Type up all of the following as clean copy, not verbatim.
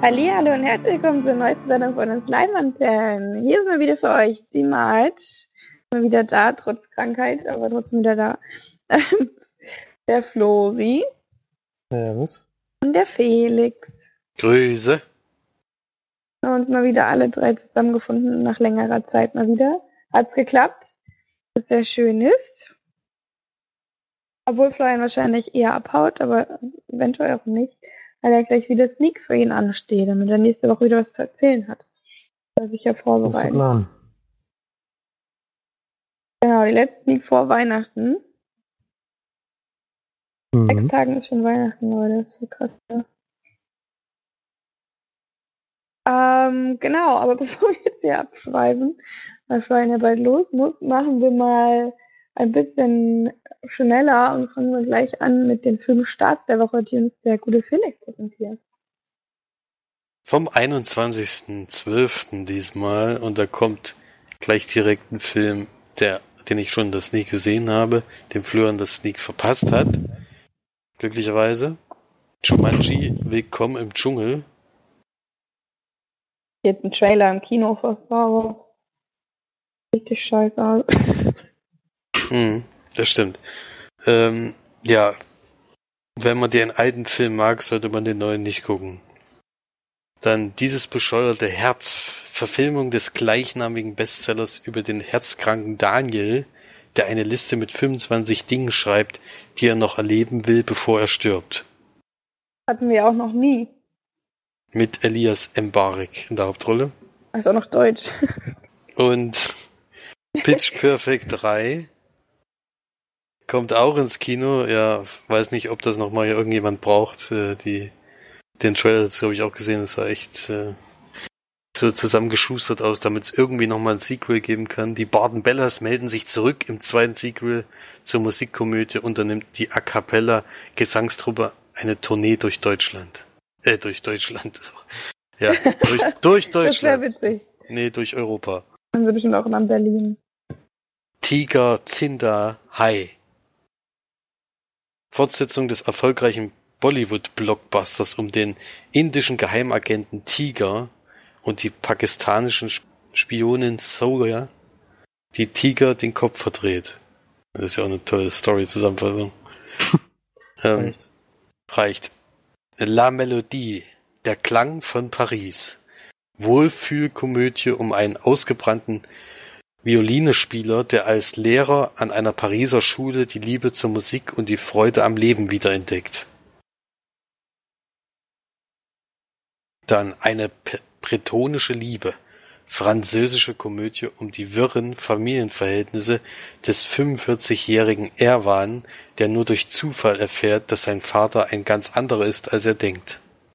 Hallihallo und herzlich willkommen zur neuesten Sendung von uns Leinwandperlen. Hier ist mal wieder für euch die Mart. Mal wieder da, trotz Krankheit, aber trotzdem wieder da. Der Flori. Servus. Und der Felix. Grüße. Wir haben uns mal wieder alle drei zusammengefunden, nach längerer Zeit mal wieder. Hat's geklappt, was sehr schön ist. Obwohl Florian wahrscheinlich eher abhaut, aber eventuell auch nicht, weil er gleich wieder Sneak für ihn ansteht, damit er nächste Woche wieder was zu erzählen hat. Er sich ja vorbereitet. Plan. Genau, die letzte Sneak vor Weihnachten. 6 Tagen ist schon Weihnachten, Leute, das ist so krass. Ja. Genau, aber bevor wir jetzt hier abschreiben, weil Florian ja bald los muss, machen wir mal ein bisschen schneller und fangen wir gleich an mit den 5 Starts der Woche, die uns der gute Felix präsentiert. Vom 21.12. diesmal, und da kommt gleich direkt ein Film, den ich schon in der Sneak gesehen habe, dem Florian das Sneak verpasst hat. Glücklicherweise. Jumanji, Willkommen im Dschungel. Jetzt ein Trailer im Kino vor Star Wars. Richtig scheiße aus. Das stimmt. Ja, wenn man den alten Film mag, sollte man den neuen nicht gucken. Dann Dieses bescheuerte Herz, Verfilmung des gleichnamigen Bestsellers über den herzkranken Daniel, der eine Liste mit 25 Dingen schreibt, die er noch erleben will, bevor er stirbt. Hatten wir auch noch nie. Mit Elias Mbarek in der Hauptrolle. Ist auch noch Deutsch. Und Pitch Perfect 3 kommt auch ins Kino. Ja, weiß nicht, ob das nochmal irgendjemand braucht. Den Trailer dazu habe ich auch gesehen. Das sah echt so zusammengeschustert aus, damit es irgendwie nochmal ein Sequel geben kann. Die Barden Bellas melden sich zurück im zweiten Sequel zur Musikkomödie, unternimmt die A Cappella Gesangstruppe eine Tournee durch Deutschland. Durch Deutschland. Ja, durch Deutschland. Das wäre witzig. Nee, durch Europa. Haben sie bestimmt auch in Berlin. Tiger, Zinda, Hai. Fortsetzung des erfolgreichen Bollywood-Blockbusters um den indischen Geheimagenten Tiger und die pakistanischen Spionin Zoya, die Tiger den Kopf verdreht. Das ist ja auch eine tolle Story-Zusammenfassung. Reicht. La Melodie, der Klang von Paris. Wohlfühlkomödie um einen ausgebrannten Violinespieler, der als Lehrer an einer Pariser Schule die Liebe zur Musik und die Freude am Leben wiederentdeckt. Dann eine bretonische Liebe. Französische Komödie um die wirren Familienverhältnisse des 45-jährigen Erwan, der nur durch Zufall erfährt, dass sein Vater ein ganz anderer ist, als er denkt.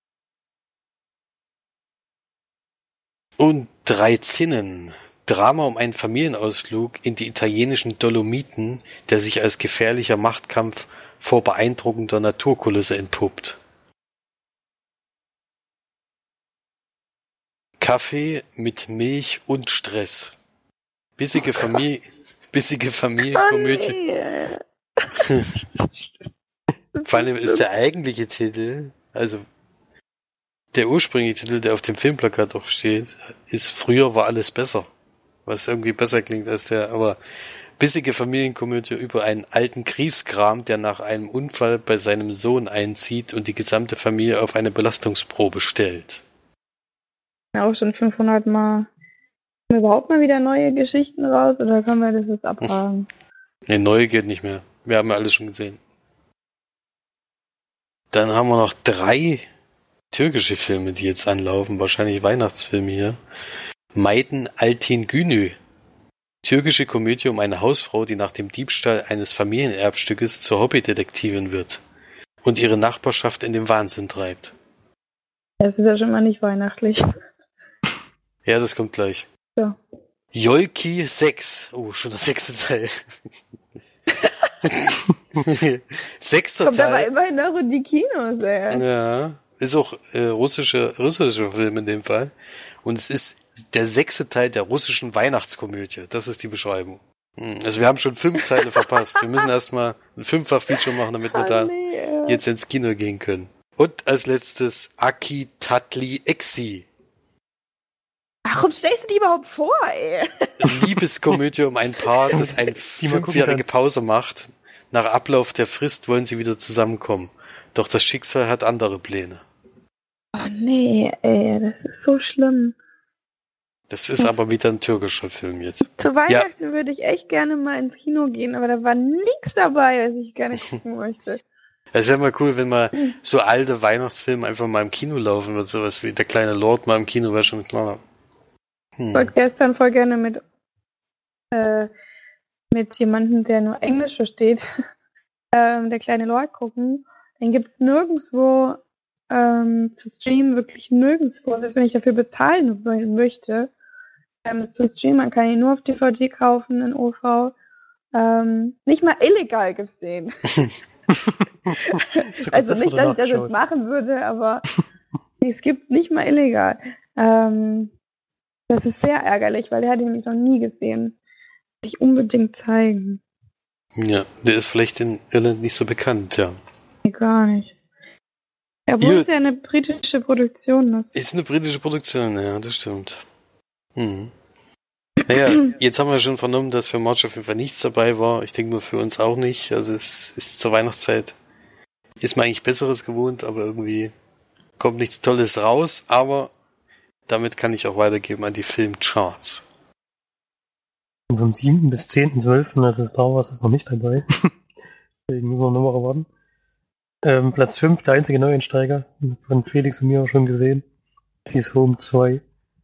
Und Drei Zinnen. Drama um einen Familienausflug in die italienischen Dolomiten, der sich als gefährlicher Machtkampf vor beeindruckender Naturkulisse entpuppt. Kaffee mit Milch und Stress. Bissige Familienkomödie. Vor allem ist der eigentliche Titel, also der ursprüngliche Titel, der auf dem Filmplakat auch steht, ist Früher war alles besser. Was irgendwie besser klingt als aber bissige Familienkomödie über einen alten Grieskram, der nach einem Unfall bei seinem Sohn einzieht und die gesamte Familie auf eine Belastungsprobe stellt. Auch schon 500 Mal. Kommen überhaupt mal wieder neue Geschichten raus oder können wir das jetzt abhaken? Nee, neue geht nicht mehr. Wir haben ja alles schon gesehen. Dann haben wir noch 3 türkische Filme, die jetzt anlaufen. Wahrscheinlich Weihnachtsfilme hier. Maiden Altin Günü. Türkische Komödie um eine Hausfrau, die nach dem Diebstahl eines Familienerbstückes zur Hobbydetektivin wird und ihre Nachbarschaft in den Wahnsinn treibt. Das ist ja schon mal nicht weihnachtlich. Ja, das kommt gleich. Ja. Jolki 6. Oh, schon der 6. Teil. 6. Kommt Teil. aber immerhin noch in die Kinos, ey. Ja, ist auch russischer Film in dem Fall. Und es ist der 6. Teil der russischen Weihnachtskomödie. Das ist die Beschreibung. Also wir haben schon 5 Teile verpasst. Wir müssen erstmal ein 5-fach-Feature machen, damit wir da jetzt ins Kino gehen können. Und als letztes Aki Tatli Exi. Ach, warum stellst du die überhaupt vor, ey? Liebeskomödie um ein Paar, das eine Die mal gucken 5-jährige kannst. Pause macht. Nach Ablauf der Frist wollen sie wieder zusammenkommen. Doch das Schicksal hat andere Pläne. Oh nee, ey, das ist so schlimm. Das ist aber wieder ein türkischer Film jetzt. Zu Weihnachten würde ich echt gerne mal ins Kino gehen, aber da war nichts dabei, was ich gerne gucken möchte. Es wäre mal cool, wenn mal so alte Weihnachtsfilme einfach mal im Kino laufen würde. Sowas wie Der kleine Lord mal im Kino wäre schon klar. Ich wollte gestern voll gerne mit jemandem, der nur Englisch versteht, Der kleine Lord gucken. Den gibt's nirgendwo zu streamen, wirklich nirgendwo. Selbst wenn ich dafür bezahlen möchte, es zu streamen, man kann ihn nur auf DVD kaufen in OV. Nicht mal illegal gibt's den. Also nicht, dass ich das jetzt machen würde, aber es gibt nicht mal illegal. Das ist sehr ärgerlich, weil der hat ihn nämlich noch nie gesehen. Will ich unbedingt zeigen. Ja, der ist vielleicht in Irland nicht so bekannt, ja. Nee, gar nicht. Obwohl es ja eine britische Produktion ist. Ist eine britische Produktion, ja, das stimmt. Naja, jetzt haben wir schon vernommen, dass für March auf jeden Fall nichts dabei war. Ich denke mal für uns auch nicht. Also es ist zur Weihnachtszeit. Ist man eigentlich Besseres gewohnt, aber irgendwie kommt nichts Tolles raus. Aber damit kann ich auch weitergeben an die Filmcharts. Vom 7. bis 10.12., also Star Wars ist noch nicht dabei. Deswegen müssen wir noch mal warten. Platz 5, der einzige Neueinsteiger, von Felix und mir auch schon gesehen. Hieß Home 2.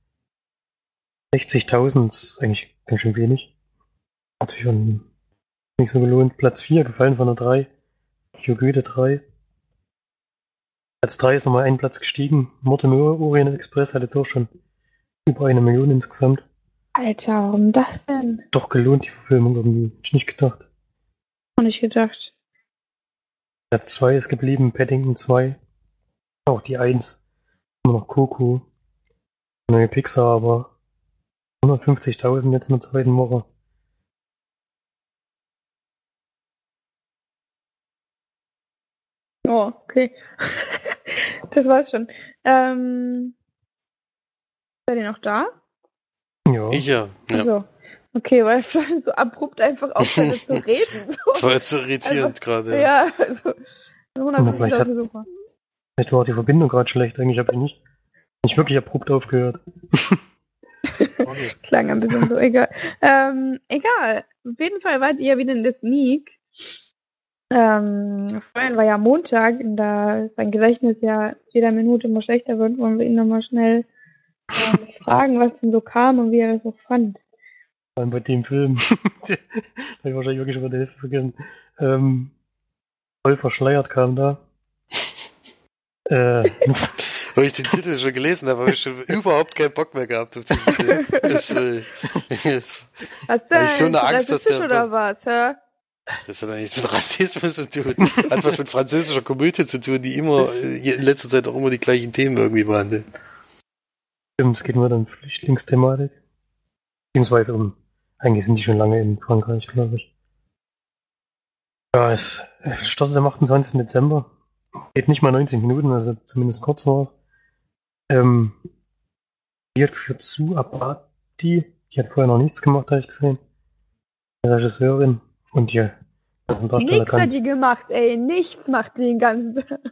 60.000 ist eigentlich ganz schön wenig. Hat sich schon nicht so gelohnt. Platz 4, gefallen von der 3. Goethe 3. Platz 3 ist nochmal einen Platz gestiegen. Mord im Orient Express hat jetzt auch schon über 1 Million insgesamt. Alter, warum das denn? Doch gelohnt, die Verfilmung irgendwie. Hätte ich nicht gedacht. Auch nicht gedacht. Platz 2 ist geblieben, Paddington 2. Auch die 1. Immer noch Coco. Neue Pixar, aber 150.000 jetzt in der zweiten Woche. Oh, okay. Das war's schon. Seid ihr noch da? Ja. Ich ja. Also, okay, weil Florian so abrupt einfach aufhört zu reden. Das war jetzt so irritierend gerade. Ja, also 150.000 Besucher. Vielleicht war die Verbindung gerade schlecht, eigentlich habe ich nicht wirklich abrupt aufgehört. Okay. Klang ein bisschen so, egal. Egal. Auf jeden Fall wart ihr ja wieder in der Sneak. Vorhin war ja Montag, und da sein Gedächtnis ja jeder Minute immer schlechter wird, wollen wir ihn nochmal schnell fragen, was denn so kam und wie er das so fand. Vor allem bei dem Film. Da habe ich wahrscheinlich wirklich schon mal die Hälfte vergessen. Voll verschleiert kam da. Weil ich den Titel schon gelesen habe, habe ich schon überhaupt keinen Bock mehr gehabt auf diesen Film. Was denn? Ich so eine Angst, dass der... oder was, hä? Das hat ja nichts mit Rassismus zu tun. Hat was mit französischer Komödie zu tun, die immer in letzter Zeit auch immer die gleichen Themen irgendwie behandelt. Stimmt, es geht nur um Flüchtlingsthematik. Beziehungsweise eigentlich sind die schon lange in Frankreich, glaube ich. Ja, es startet am 28. Dezember. Geht nicht mal 90 Minuten, also zumindest kurz war es. Die hat für Zu Abadi, die hat vorher noch nichts gemacht, habe ich gesehen. Die Regisseurin und die ganzen Darsteller. Nichts hat die gemacht, ey. Nichts macht die den ganzen Tag.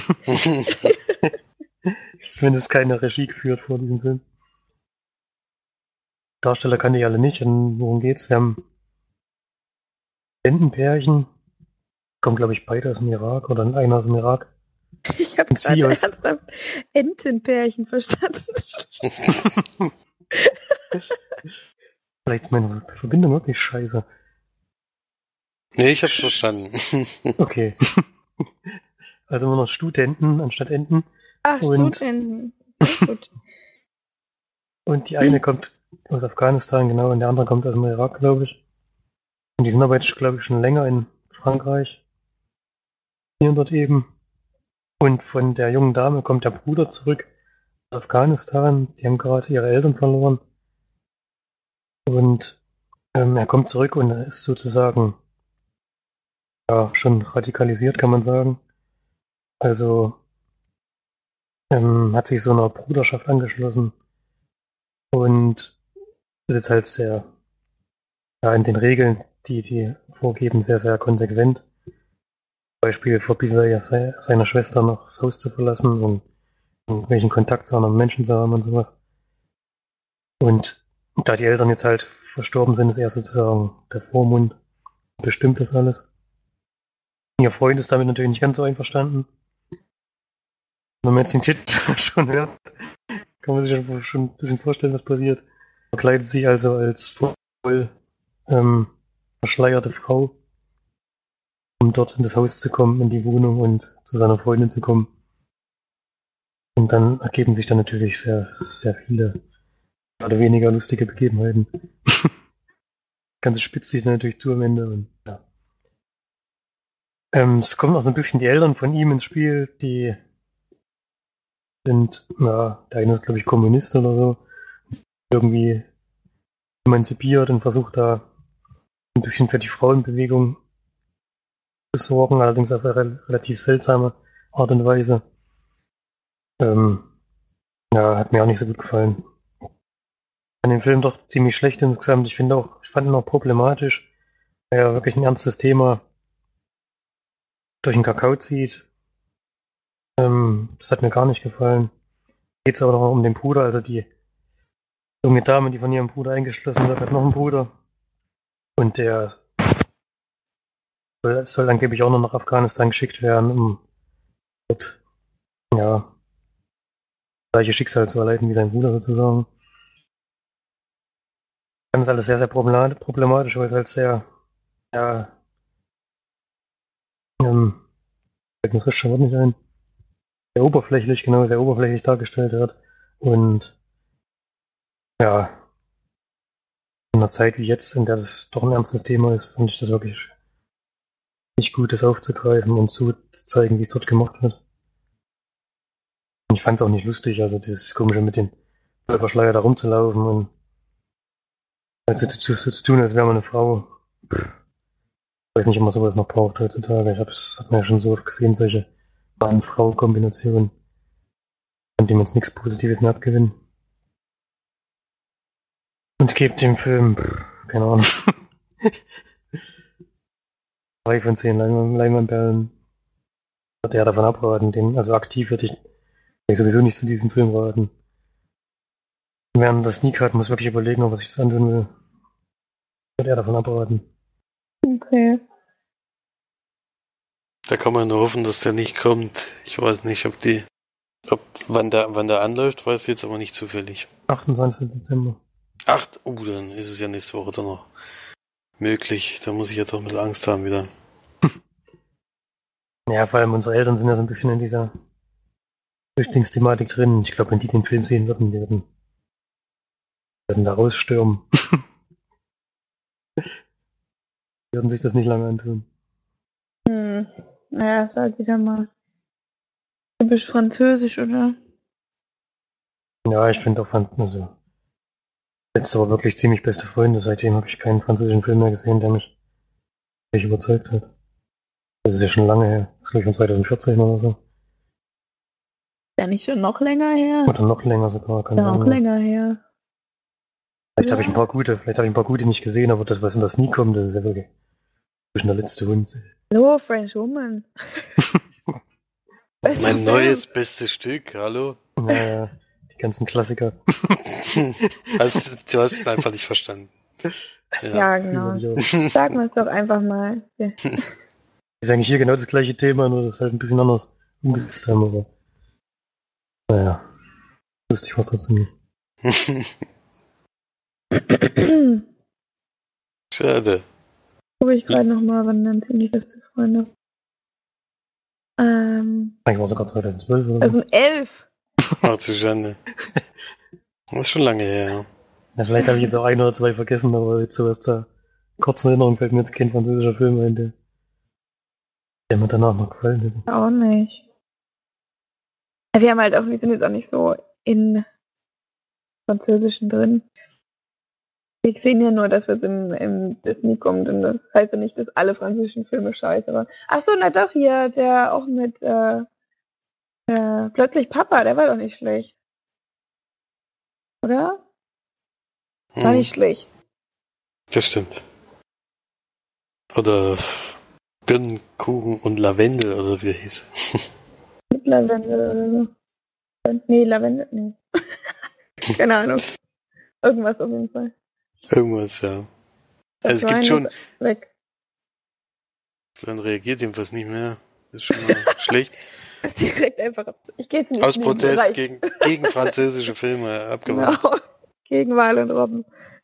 Zumindest keine Regie geführt vor diesem Film. Darsteller kannte ich alle nicht. Und worum geht's? Wir haben Studentenpärchen. Kommen, glaube ich, beide aus dem Irak oder einer aus dem Irak. Ich habe gerade ernsthaft Entenpärchen verstanden. Vielleicht ist meine Verbindung wirklich scheiße. Nee, ich hab's verstanden. Okay. Also immer noch Studenten anstatt Enten. Ach, Studenten. Gut. Und die eine kommt aus Afghanistan, genau, und der andere kommt aus dem Irak, glaube ich. Und die sind aber jetzt, glaube ich, schon länger in Frankreich. Hier und dort eben. Und von der jungen Dame kommt der Bruder zurück aus Afghanistan. Die haben gerade ihre Eltern verloren. Und er kommt zurück und er ist sozusagen ja schon radikalisiert, kann man sagen. Also hat sich so einer Bruderschaft angeschlossen und ist jetzt halt sehr, ja, in den Regeln, die vorgeben, sehr, sehr konsequent. Zum Beispiel verbietet er ja seiner Schwester noch das Haus zu verlassen und irgendwelchen Kontakt zu anderen Menschen zu haben und sowas. Und da die Eltern jetzt halt verstorben sind, ist er sozusagen der Vormund, bestimmt das alles. Ihr Freund ist damit natürlich nicht ganz so einverstanden. Wenn man jetzt den Titel schon hört, kann man sich schon ein bisschen vorstellen, was passiert. Er kleidet sich also als voll verschleierte Frau, um dort in das Haus zu kommen, in die Wohnung und zu seiner Freundin zu kommen. Und dann ergeben sich dann natürlich sehr, sehr viele, mehr oder weniger lustige Begebenheiten. Das Ganze spitzt sich dann natürlich zu am Ende. Und, ja. Es kommen auch so ein bisschen die Eltern von ihm ins Spiel, die sind, ja, der eine ist, glaube ich, Kommunist oder so, irgendwie emanzipiert und versucht da ein bisschen für die Frauenbewegung zu sorgen, allerdings auf eine relativ seltsame Art und Weise. Ja, hat mir auch nicht so gut gefallen. Ich fand den Film doch ziemlich schlecht insgesamt. Ich fand ihn auch problematisch, weil er wirklich ein ernstes Thema durch den Kakao zieht. Das hat mir gar nicht gefallen. Geht es aber noch um den Bruder, also die junge Dame, die von ihrem Bruder eingeschlossen wird, hat noch einen Bruder. Und der soll angeblich auch noch nach Afghanistan geschickt werden, um dort, ja, das gleiche Schicksal zu erleiden wie sein Bruder sozusagen. Das ist alles sehr, sehr problematisch, weil es halt sehr, ja, fällt mir das richtige Wort nicht ein, sehr oberflächlich, genau, sehr oberflächlich dargestellt wird. Und ja, in einer Zeit wie jetzt, in der das doch ein ernstes Thema ist, fand ich das wirklich nicht gut, das aufzugreifen und zu zeigen, wie es dort gemacht wird. Und ich fand es auch nicht lustig, also dieses Komische mit dem Vollverschleier da rumzulaufen und also so zu tun, als wäre man eine Frau. Ich weiß nicht, ob man sowas noch braucht heutzutage. Das hat man ja schon so oft gesehen, solche Mann-Frau-Kombinationen, von denen man jetzt nichts Positives mehr abgewinnen. Und ich gebe dem Film, keine Ahnung, 3 von 10 Leinwandperlen. Würde er davon abraten, also aktiv würde ich sowieso nicht zu diesem Film raten. Wer das Sneak hat, muss wirklich überlegen, ob er sich das antun will. Würde er davon abraten. Okay. Da kann man nur hoffen, dass der nicht kommt. Ich weiß nicht, wann der anläuft, weiß ich jetzt aber nicht zufällig. 28. Dezember. Dann ist es ja nächste Woche dann noch möglich. Da muss ich jetzt auch ein bisschen Angst haben wieder. Ja, vor allem unsere Eltern sind ja so ein bisschen in dieser Flüchtlingsthematik drin. Ich glaube, wenn die den Film sehen würden, die würden da rausstürmen. Die würden sich das nicht lange antun. Naja, ist halt wieder mal typisch französisch, oder? Ja, ich finde auch, also jetzt aber wirklich ziemlich beste Freunde. Seitdem habe ich keinen französischen Film mehr gesehen, der mich überzeugt hat. Das ist ja schon lange her. Das ist, glaube ich, von 2014 oder so. Ist ja nicht schon noch länger her? Oder noch länger sogar, kann sein. Noch länger her. Vielleicht habe ich ein paar gute nicht gesehen, aber das, was in das nie kommt, das ist ja wirklich zwischen der letzte Hund. Hallo, French Woman. Mein neues bestes Stück, hallo? Ja, die ganzen Klassiker. Also, du hast es einfach nicht verstanden. Ja, genau. Sagen wir es doch einfach mal. Ja. Das ist eigentlich hier genau das gleiche Thema, nur das halt ein bisschen anders umgesetzt haben, aber naja, lustig war es trotzdem nicht. Schade. Gucke ich gerade nochmal, wann dann ziemlich beste Freunde. Eigentlich war es sogar 2012 oder so. 2011. Ach du Schande. Das ist schon lange her. Ja, vielleicht habe ich jetzt auch 1 oder 2 vergessen, aber jetzt so aus der kurzen Erinnerung fällt mir jetzt kein französischer Film ein, der mir danach noch gefallen hätte. Auch nicht. Ja, wir sind jetzt auch nicht so in Französischen drin. Wir sehen ja nur, dass es im Disney kommt und das heißt ja nicht, dass alle französischen Filme scheiße waren. Achso, na doch, hier, der auch mit Plötzlich Papa, der war doch nicht schlecht. Oder? War nicht schlecht. Das stimmt. Oder Birnenkuchen und Lavendel, oder wie der hieß. Mit Lavendel oder so. Nee, Lavendel, nee. Keine Ahnung. Irgendwas auf jeden Fall. Irgendwas, ja. Das Also es gibt schon. Weg. Dann reagiert jedenfalls nicht mehr. Ist schon mal schlecht. Direkt einfach ab. Ich gehe jetzt nicht. Aus Protest gegen französische Filme abgewandt. Genau. Gegen Wal und Robben.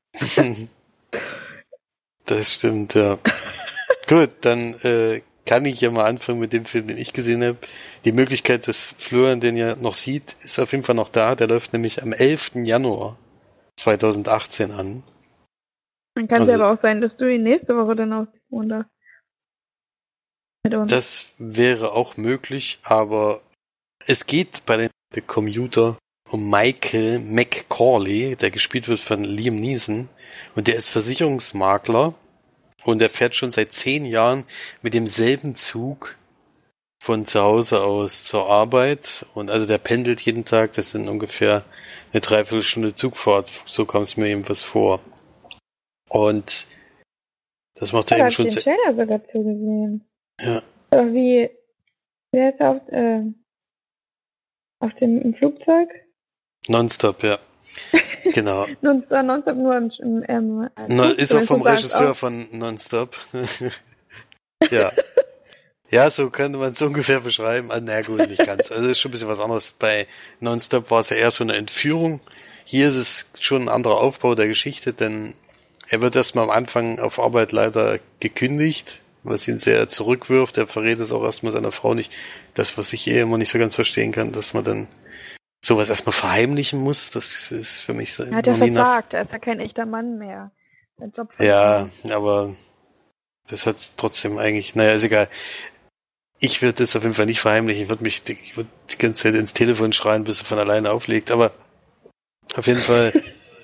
Das stimmt, ja. Gut, dann kann ich ja mal anfangen mit dem Film, den ich gesehen habe. Die Möglichkeit, dass Florian den ja noch sieht, ist auf jeden Fall noch da. Der läuft nämlich am 11. Januar 2018 an. Dann kann es aber auch sein, dass du ihn nächste Woche dann ausziehst, oder? Mit uns. Das wäre auch möglich, aber es geht bei dem Commuter um Michael McCauley, der gespielt wird von Liam Neeson, und der ist Versicherungsmakler und er fährt schon seit 10 Jahren mit demselben Zug von zu Hause aus zur Arbeit, und also der pendelt jeden Tag, das sind ungefähr eine Dreiviertelstunde Zugfahrt, so kam es mir jedenfalls vor. Und das macht er eben schon sehr... Ich habe den Trailer sogar zugesehen. Ja. Wie heißt er auf dem im Flugzeug? Nonstop, ja. Genau. Nonstop nur im ist auch vom Regisseur von Nonstop. Ja. Ja, so könnte man es ungefähr beschreiben. Na gut, nicht ganz. Also ist schon ein bisschen was anderes. Bei Nonstop war es ja eher so eine Entführung. Hier ist es schon ein anderer Aufbau der Geschichte, denn er wird erstmal am Anfang auf Arbeit leider gekündigt, was ihn sehr zurückwirft. Er verrät es auch erstmal seiner Frau nicht. Das, was ich immer nicht so ganz verstehen kann, dass man dann sowas erstmal verheimlichen muss, das ist für mich so. Er hat ja versagt, er ist ja kein echter Mann mehr. Ja, aber das hat trotzdem eigentlich, naja, ist egal. Ich würde das auf jeden Fall nicht verheimlichen. Ich würde die ganze Zeit ins Telefon schreien, bis er von alleine auflegt. Aber auf jeden Fall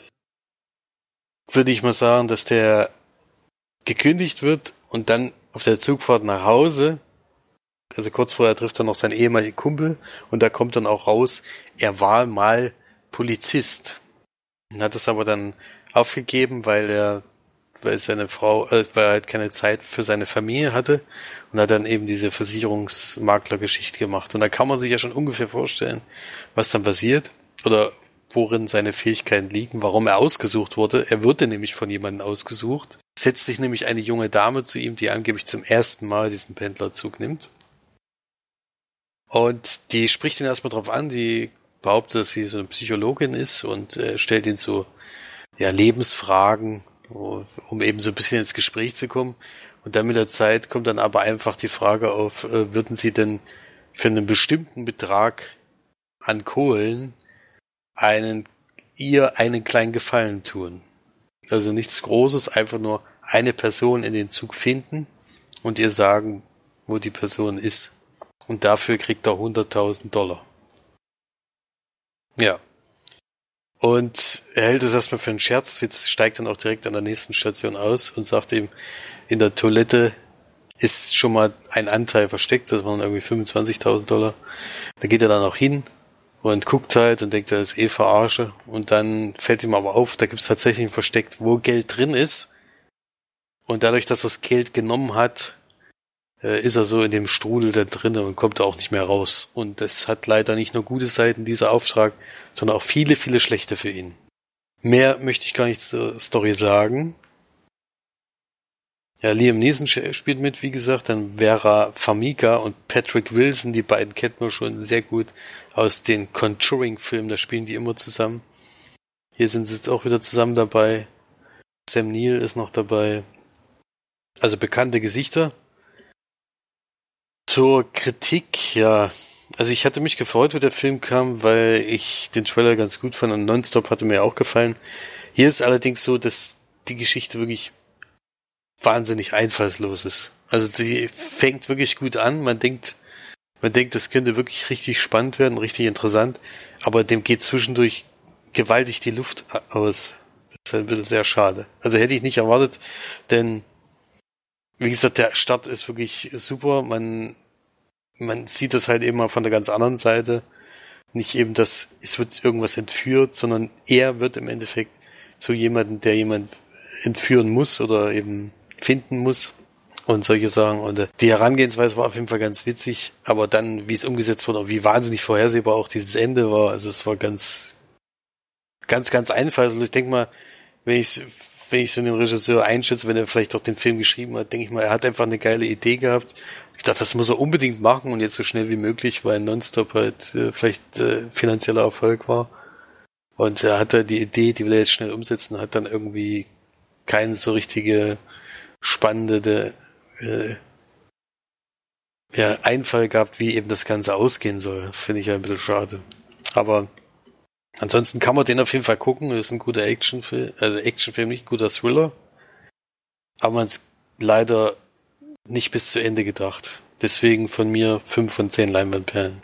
würde ich mal sagen, dass der gekündigt wird und dann auf der Zugfahrt nach Hause, also kurz vorher trifft er noch seinen ehemaligen Kumpel und da kommt dann auch raus, er war mal Polizist. Und hat es aber dann aufgegeben, weil er halt keine Zeit für seine Familie hatte und hat dann eben diese Versicherungsmaklergeschichte gemacht. Und da kann man sich ja schon ungefähr vorstellen, was dann passiert oder worin seine Fähigkeiten liegen, warum er ausgesucht wurde. Er wurde nämlich von jemandem ausgesucht. Setzt sich nämlich eine junge Dame zu ihm, die angeblich zum ersten Mal diesen Pendlerzug nimmt. Und die spricht ihn erstmal drauf an, die behauptet, dass sie so eine Psychologin ist und stellt ihn so Lebensfragen, um eben so ein bisschen ins Gespräch zu kommen. Und dann mit der Zeit kommt dann aber einfach die Frage auf, würden Sie denn für einen bestimmten Betrag an Kohlen einen kleinen Gefallen tun? Also nichts Großes, einfach nur eine Person in den Zug finden und ihr sagen, wo die Person ist. Und dafür kriegt er $100.000. Ja. Und er hält es erstmal für einen Scherz, steigt dann auch direkt an der nächsten Station aus und sagt ihm, in der Toilette ist schon mal ein Anteil versteckt, das waren irgendwie $25.000. Da geht er dann auch hin und guckt halt und denkt, das ist Verarsche. Und dann fällt ihm aber auf, da gibt es tatsächlich ein Versteck, wo Geld drin ist. Und dadurch, dass er das Geld genommen hat, ist er so in dem Strudel da drinne und kommt da auch nicht mehr raus. Und das hat leider nicht nur gute Seiten, dieser Auftrag, sondern auch viele, viele schlechte für ihn. Mehr möchte ich gar nicht zur Story sagen. Ja, Liam Neeson spielt mit, wie gesagt, dann Vera Farmiga und Patrick Wilson, die beiden kennt man schon sehr gut aus den Conjuring-Filmen, da spielen die immer zusammen. Hier sind sie jetzt auch wieder zusammen dabei. Sam Neill ist noch dabei. Also bekannte Gesichter. Zur Kritik, ja. Also ich hatte mich gefreut, wo der Film kam, weil ich den Trailer ganz gut fand und Nonstop hatte mir auch gefallen. Hier ist allerdings so, dass die Geschichte wirklich wahnsinnig einfallslos ist. Also die fängt wirklich gut an. Man denkt, das könnte wirklich richtig spannend werden, richtig interessant, aber dem geht zwischendurch gewaltig die Luft aus. Das ist ein bisschen sehr schade. Also hätte ich nicht erwartet, denn wie gesagt, der Start ist wirklich super. Man man sieht das halt eben mal von der ganz anderen Seite. Nicht eben, dass es wird irgendwas entführt, sondern er wird im Endeffekt zu jemandem, der jemand entführen muss oder eben finden muss und solche Sachen. Und die Herangehensweise war auf jeden Fall ganz witzig, aber dann, wie es umgesetzt wurde, wie wahnsinnig vorhersehbar auch dieses Ende war, also es war ganz einfallslos. Ich denke mal, wenn ich so den Regisseur einschätze, wenn er vielleicht auch den Film geschrieben hat, denke ich mal, er hat einfach eine geile Idee gehabt. Ich dachte, das muss er unbedingt machen und jetzt so schnell wie möglich, weil Nonstop halt vielleicht finanzieller Erfolg war. Und er hat da die Idee, die will er jetzt schnell umsetzen, hat dann irgendwie keine so richtige spannende Einfall gehabt, wie eben das Ganze ausgehen soll. Finde ich ja ein bisschen schade. Aber ansonsten kann man den auf jeden Fall gucken. Das ist ein guter Actionfilm, nicht ein guter Thriller. Aber man ist leider nicht bis zu Ende gedacht. Deswegen von mir 5 von 10 Leinwandperlen.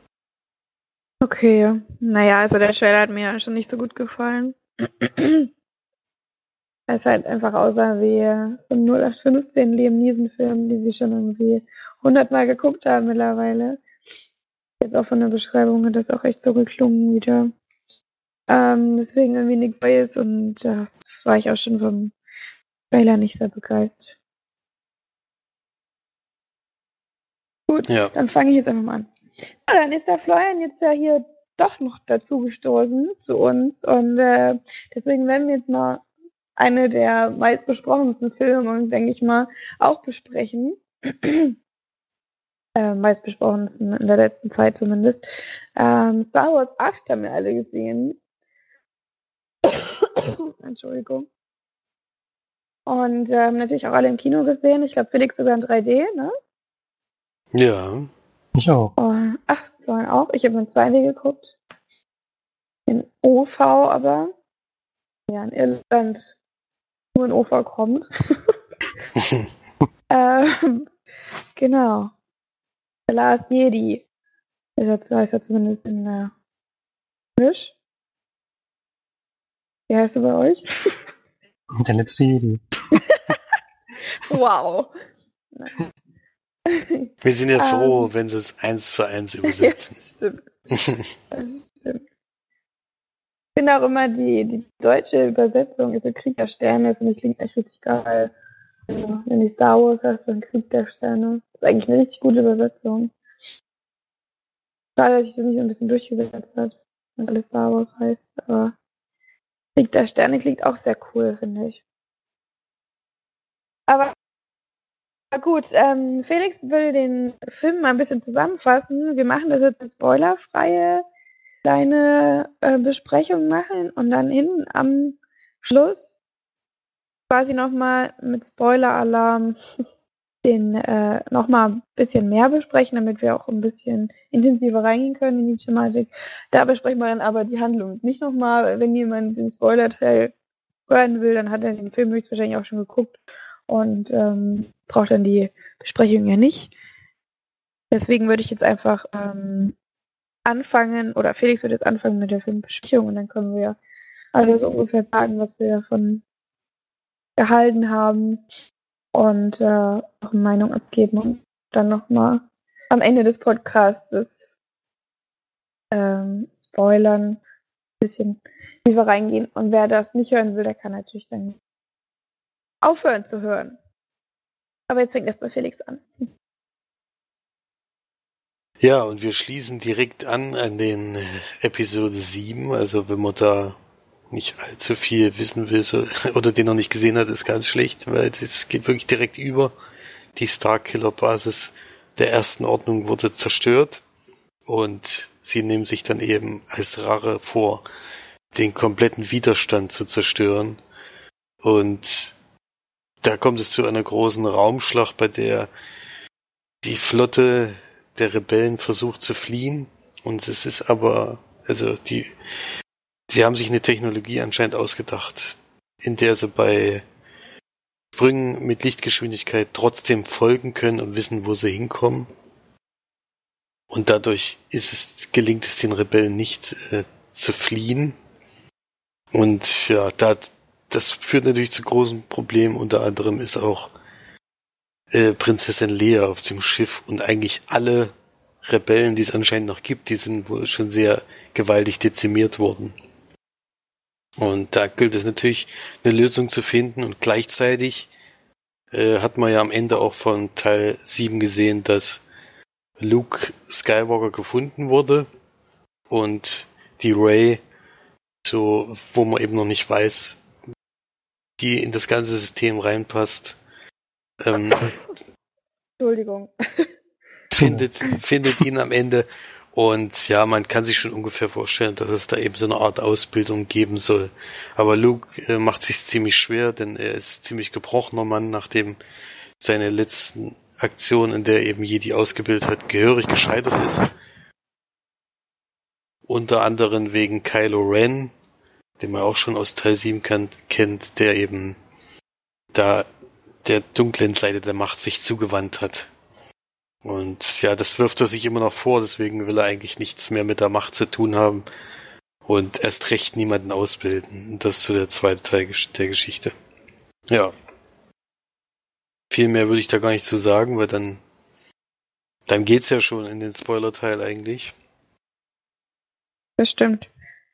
Okay, naja, also der Trailer hat mir ja schon nicht so gut gefallen. Es halt einfach aussah wie ein 0815 Liam Neeson-Film, die wir schon irgendwie 100-mal geguckt haben mittlerweile. Jetzt auch von der Beschreibung hat das auch echt so geklungen wieder. Deswegen irgendwie nichts Neues und da war ich auch schon vom Trailer nicht sehr begeistert. Gut, Ja. dann fange ich jetzt einfach mal an. Ja, dann ist der Florian jetzt ja hier doch noch dazu gestoßen zu uns und deswegen werden wir jetzt mal eine der meistbesprochensten Filme, denke ich mal, auch besprechen. Meistbesprochensten in der letzten Zeit zumindest. Star Wars 8 haben wir alle gesehen. Entschuldigung. Und natürlich auch alle im Kino gesehen. Ich glaube, Felix sogar in 3D, ne? Ja. Ich auch. Ach, Florian auch. Ich habe in 2D geguckt. In OV aber. Ja, in Irland nur in OV kommt. Genau. The Last Jedi. Dazu heißt er zumindest in Englisch. Wie heißt er bei euch? Der letzte Jedi. Wow. Wir sind ja froh, wenn sie es 1:1 übersetzen. Ja, stimmt. Ich finde auch immer die deutsche Übersetzung, also Krieg der Sterne, finde ich klingt echt richtig geil. Also, wenn die Star Wars heißt, dann Krieg der Sterne. Das ist eigentlich eine richtig gute Übersetzung. Schade, dass sich das nicht so ein bisschen durchgesetzt hat, was alles Star Wars heißt, aber Krieg der Sterne klingt auch sehr cool, finde ich. Aber gut, Felix will den Film mal ein bisschen zusammenfassen. Wir machen das jetzt eine spoilerfreie kleine Besprechung machen und dann hinten am Schluss quasi nochmal mit Spoiler-Alarm den nochmal ein bisschen mehr besprechen, damit wir auch ein bisschen intensiver reingehen können in die Thematik. Da besprechen wir dann aber die Handlung nicht nochmal. Wenn jemand den Spoiler-Teil hören will, dann hat er den Film höchstwahrscheinlich auch schon geguckt und braucht dann die Besprechung ja nicht. Deswegen würde ich jetzt einfach anfangen, oder Felix wird jetzt anfangen mit der Filmbesprechung und dann können wir alles ungefähr sagen, was wir davon gehalten haben und auch eine Meinung abgeben und dann nochmal am Ende des Podcastes spoilern, ein bisschen tiefer reingehen und wer das nicht hören will, der kann natürlich dann aufhören zu hören. Aber jetzt fängt erstmal Felix an. Ja, und wir schließen direkt an den Episode 7. Also wenn man da nicht allzu viel wissen will oder den noch nicht gesehen hat, ist ganz schlecht, weil das geht wirklich direkt über. Die Starkiller-Basis der Ersten Ordnung wurde zerstört und sie nehmen sich dann eben als Rache vor, den kompletten Widerstand zu zerstören. Und da kommt es zu einer großen Raumschlacht, bei der die Flotte der Rebellen versucht zu fliehen und es ist aber, also sie haben sich eine Technologie anscheinend ausgedacht, in der sie bei Sprüngen mit Lichtgeschwindigkeit trotzdem folgen können und wissen, wo sie hinkommen. Und dadurch gelingt es den Rebellen nicht zu fliehen. Und ja, das führt natürlich zu großen Problemen. Unter anderem ist auch Prinzessin Leia auf dem Schiff und eigentlich alle Rebellen, die es anscheinend noch gibt, die sind wohl schon sehr gewaltig dezimiert worden. Und da gilt es natürlich, eine Lösung zu finden. Und gleichzeitig hat man ja am Ende auch von Teil 7 gesehen, dass Luke Skywalker gefunden wurde und die Rey, so, wo man eben noch nicht weiß, die in das ganze System reinpasst, Entschuldigung. findet ihn am Ende. Und ja, man kann sich schon ungefähr vorstellen, dass es da eben so eine Art Ausbildung geben soll. Aber Luke macht sich ziemlich schwer, denn er ist ziemlich gebrochener Mann, nachdem seine letzten Aktion, in der er eben Jedi ausgebildet hat, gehörig gescheitert ist. Unter anderem wegen Kylo Ren, den man auch schon aus Teil 7 kennt, der eben da der dunklen Seite der Macht sich zugewandt hat. Und ja, das wirft er sich immer noch vor, deswegen will er eigentlich nichts mehr mit der Macht zu tun haben und erst recht niemanden ausbilden. Und das ist so der zweite Teil der Geschichte. Ja. Viel mehr würde ich da gar nicht zu sagen, weil dann geht's ja schon in den Spoiler-Teil eigentlich. Das stimmt.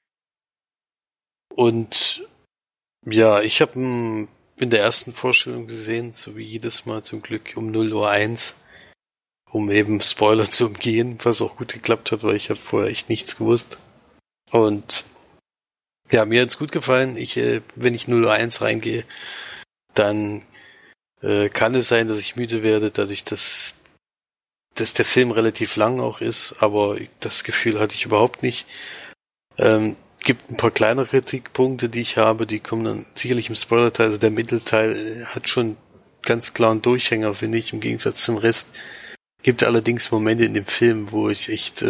Und ja, ich habe in der ersten Vorstellung gesehen, so wie jedes Mal zum Glück um 0:01 Uhr, um eben Spoiler zu umgehen, was auch gut geklappt hat, weil ich habe vorher echt nichts gewusst. Und ja, mir hat's gut gefallen. Wenn ich 0:01 Uhr reingehe, dann kann es sein, dass ich müde werde, dadurch, dass der Film relativ lang auch ist, aber das Gefühl hatte ich überhaupt nicht. Gibt ein paar kleinere Kritikpunkte, die ich habe, die kommen dann sicherlich im Spoiler-Teil. Also der Mittelteil hat schon ganz klaren Durchhänger, finde ich, im Gegensatz zum Rest. Gibt allerdings Momente in dem Film, wo ich echt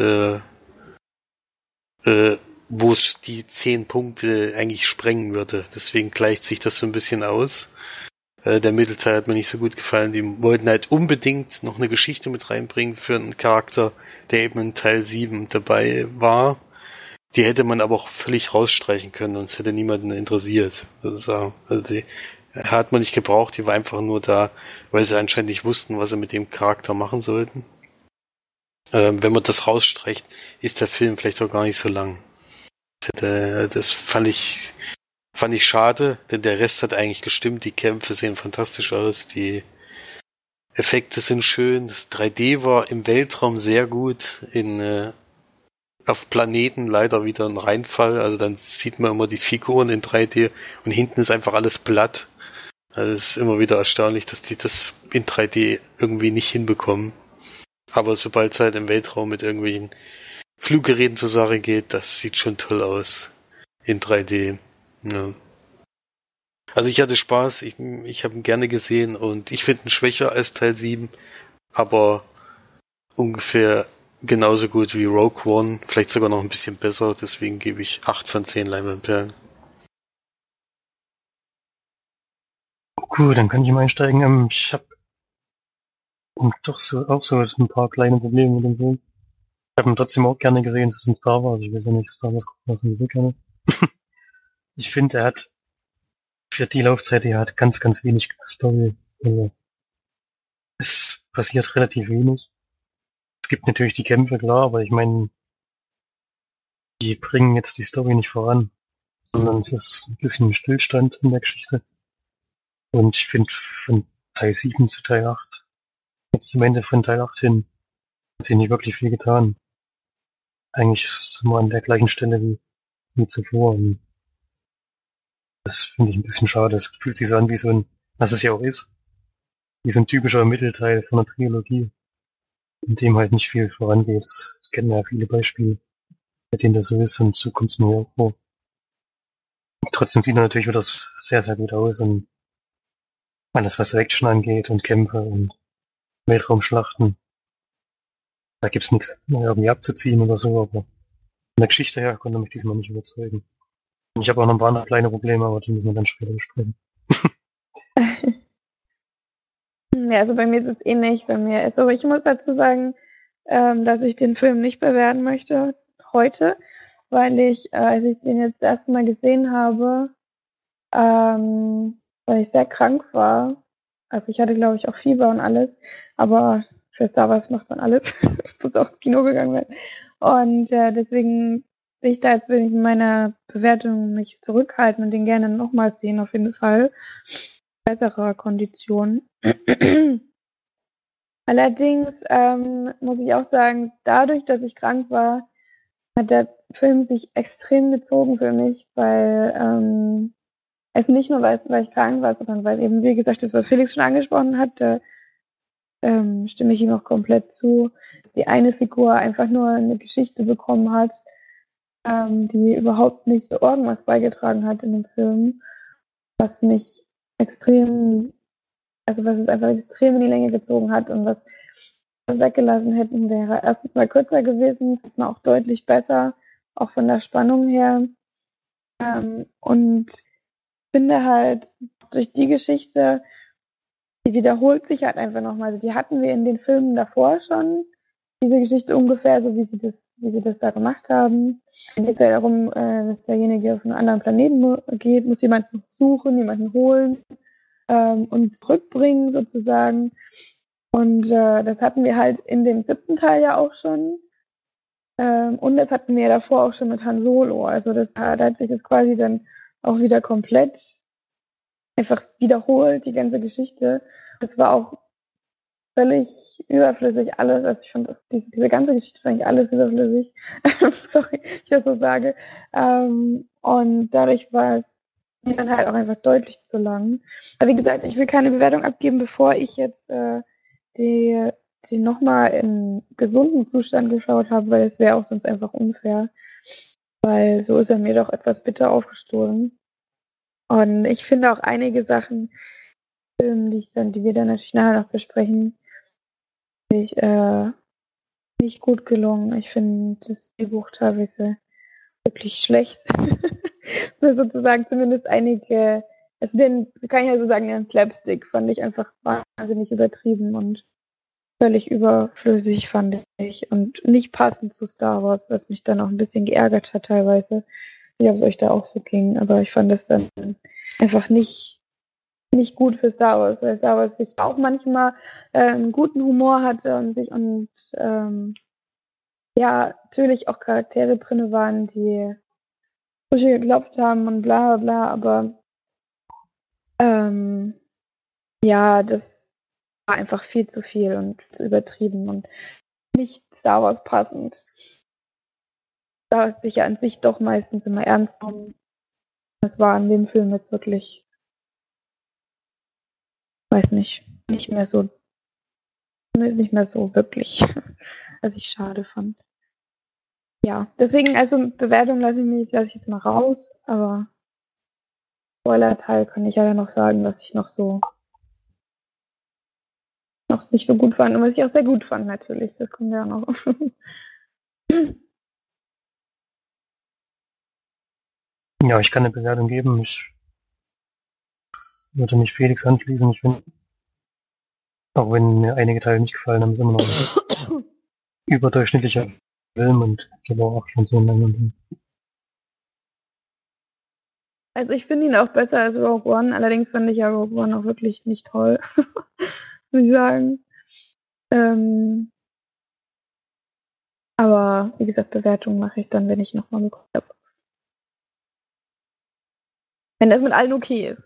wo es die 10 Punkte eigentlich sprengen würde. Deswegen gleicht sich das so ein bisschen aus. Der Mittelteil hat mir nicht so gut gefallen. Die wollten halt unbedingt noch eine Geschichte mit reinbringen für einen Charakter, der eben in Teil 7 dabei war. Die hätte man aber auch völlig rausstreichen können und es hätte niemanden interessiert, würde ich sagen. Also die hat man nicht gebraucht, die war einfach nur da, weil sie anscheinend nicht wussten, was sie mit dem Charakter machen sollten. Wenn man das rausstreicht, ist der Film vielleicht auch gar nicht so lang. Das fand ich schade, denn der Rest hat eigentlich gestimmt. Die Kämpfe sehen fantastisch aus, die Effekte sind schön, das 3D war im Weltraum sehr gut, auf Planeten leider wieder ein Reinfall, also dann sieht man immer die Figuren in 3D und hinten ist einfach alles platt. Also es ist immer wieder erstaunlich, dass die das in 3D irgendwie nicht hinbekommen. Aber sobald es halt im Weltraum mit irgendwelchen Fluggeräten zur Sache geht, das sieht schon toll aus in 3D. Ja. Also ich hatte Spaß, ich habe ihn gerne gesehen und ich finde ihn schwächer als Teil 7, aber ungefähr genauso gut wie Rogue One, vielleicht sogar noch ein bisschen besser, deswegen gebe ich 8 von 10 Leinwandperlen. Gut, dann kann ich mal einsteigen. Ich habe doch auch so ein paar kleine Probleme mit dem Film. Ich habe ihn trotzdem auch gerne gesehen, es ist ein Star Wars, ich weiß ja nicht, Star Wars gucken wir sowieso gerne. Ich finde, er hat für die Laufzeit, die er hat, ganz, ganz wenig Story. Also es passiert relativ wenig. Es gibt natürlich die Kämpfe, klar, aber ich meine, die bringen jetzt die Story nicht voran, sondern es ist ein bisschen ein Stillstand in der Geschichte. Und ich finde, von Teil 7 zu Teil 8, jetzt zum Ende von Teil 8 hin, hat sich nicht wirklich viel getan. Eigentlich sind wir an der gleichen Stelle wie zuvor. Und das finde ich ein bisschen schade. Es fühlt sich so an wie so ein, was es ja auch ist, wie so ein typischer Mittelteil von einer Trilogie, in dem halt nicht viel vorangeht. Das kennen wir ja viele Beispiele, bei denen das so ist, und so kommt es mir auch vor. Und trotzdem sieht er natürlich wieder sehr, sehr gut aus und alles, was so Action angeht und Kämpfe und Weltraumschlachten, da gibt's nichts irgendwie abzuziehen oder so, aber von der Geschichte her konnte mich diesmal nicht überzeugen. Und ich habe auch noch ein paar andere kleine Probleme, aber die müssen wir dann später besprechen. Ja, also bei mir ist es ähnlich. Bei mir ist, aber ich muss dazu sagen, dass ich den Film nicht bewerten möchte heute, weil ich, als ich den jetzt das erste Mal gesehen habe, weil ich sehr krank war, also ich hatte, glaube ich, auch Fieber und alles, aber für Star Wars macht man alles. Muss auch ins Kino gegangen werden. Und deswegen will ich da jetzt wirklich in meiner Bewertung mich zurückhalten und den gerne nochmal sehen, auf jeden Fall. Besserer Kondition. Allerdings muss ich auch sagen, dadurch, dass ich krank war, hat der Film sich extrem gezogen für mich, weil es nicht nur, weil ich krank war, sondern weil eben, wie gesagt, das, was Felix schon angesprochen hat, stimme ich ihm auch komplett zu, dass die eine Figur einfach nur eine Geschichte bekommen hat, die überhaupt nicht irgendwas beigetragen hat in dem Film, was mich extrem, also was es einfach extrem in die Länge gezogen hat und was weggelassen hätten, wäre erstens mal kürzer gewesen, zweitens mal auch deutlich besser, auch von der Spannung her. Und finde halt durch die Geschichte, die wiederholt sich halt einfach nochmal. Also die hatten wir in den Filmen davor schon, diese Geschichte ungefähr, so wie sie das da gemacht haben. Es geht ja darum, dass derjenige auf einen anderen Planeten geht, muss jemanden suchen, jemanden holen und zurückbringen sozusagen. Und das hatten wir halt in dem 7. Teil ja auch schon. Und das hatten wir ja davor auch schon mit Han Solo. Also da hat sich das quasi dann auch wieder komplett einfach wiederholt, die ganze Geschichte. Das war auch völlig überflüssig alles. Also ich fand diese ganze Geschichte fand ich alles überflüssig. Sorry, ich das so sage. Und dadurch war es mir dann halt auch einfach deutlich zu lang. Aber wie gesagt, ich will keine Bewertung abgeben, bevor ich jetzt die nochmal in gesundem Zustand geschaut habe, weil es wäre auch sonst einfach unfair. Weil so ist er mir doch etwas bitter aufgestoßen. Und ich finde auch einige Sachen, die wir dann natürlich nachher noch besprechen, ich nicht gut gelungen. Ich finde das Drehbuch teilweise wirklich schlecht. Nur sozusagen zumindest einige, also den kann ich ja so sagen, den Slapstick fand ich einfach wahnsinnig übertrieben und völlig überflüssig, fand ich. Und nicht passend zu Star Wars, was mich dann auch ein bisschen geärgert hat teilweise. Ich weiß nicht, ob es euch da auch so ging, aber ich fand das dann einfach nicht gut für Star Wars, weil Star Wars sich auch manchmal einen guten Humor hatte und ja, natürlich auch Charaktere drin waren, die Sprüche geklopft haben und bla bla, aber ja, das war einfach viel zu viel und zu übertrieben und nicht Star Wars passend. Star Wars sich ja an sich doch meistens immer ernst nehmen. Das war in dem Film jetzt wirklich, weiß nicht mehr so wirklich, was ich schade fand. Ja, deswegen, also Bewertung lasse ich jetzt mal raus, aber Spoiler-Teil kann ich ja dann noch sagen, was ich noch nicht so gut fand und was ich auch sehr gut fand natürlich. Das kommt ja noch. Ja, ich kann eine Bewertung geben. Ich würde mich Felix anschließen. Ich finde, auch wenn mir einige Teile nicht gefallen haben, ist immer noch ein überdurchschnittlicher Film und ich habe auch schon so einen. Also ich finde ihn auch besser als Rogue One, allerdings fand ich ja Rogue One auch wirklich nicht toll, muss ich sagen. Aber wie gesagt, Bewertung mache ich dann, wenn ich nochmal geguckt habe. Wenn das mit allen okay ist.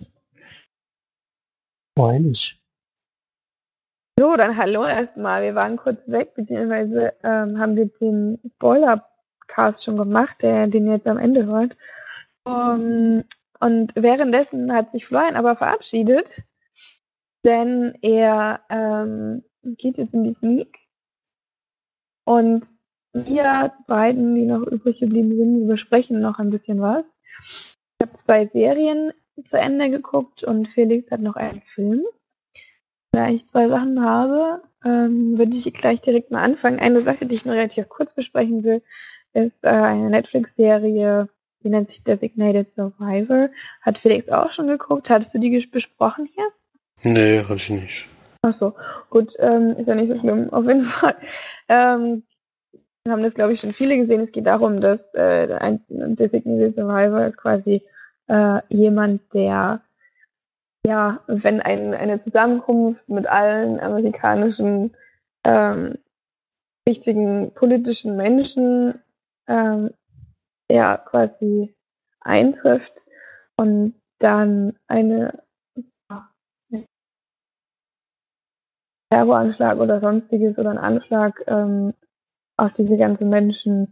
Freilich. So, dann hallo erstmal. Wir waren kurz weg, beziehungsweise haben wir den Spoiler-Cast schon gemacht, den ihr jetzt am Ende hört. Und währenddessen hat sich Florian aber verabschiedet, denn er geht jetzt in die Sneak. Und wir beiden, die noch übrig geblieben sind, wir besprechen noch ein bisschen was. Ich habe 2 Serien zu Ende geguckt und Felix hat noch einen Film. Da ich 2 Sachen habe, würde ich gleich direkt mal anfangen. Eine Sache, die ich nur relativ kurz besprechen will, ist eine Netflix-Serie, die nennt sich Designated Survivor. Hat Felix auch schon geguckt? Hattest du die besprochen hier? Nee, hab ich nicht. Achso, gut, ist ja nicht so schlimm. Auf jeden Fall haben das, glaube ich, schon viele gesehen. Es geht darum, dass ein Designated Survivor ist quasi jemand, der, ja, wenn eine Zusammenkunft mit allen amerikanischen wichtigen politischen Menschen ja quasi eintrifft und dann eine Terroranschlag oder sonstiges oder ein Anschlag auf diese ganzen Menschen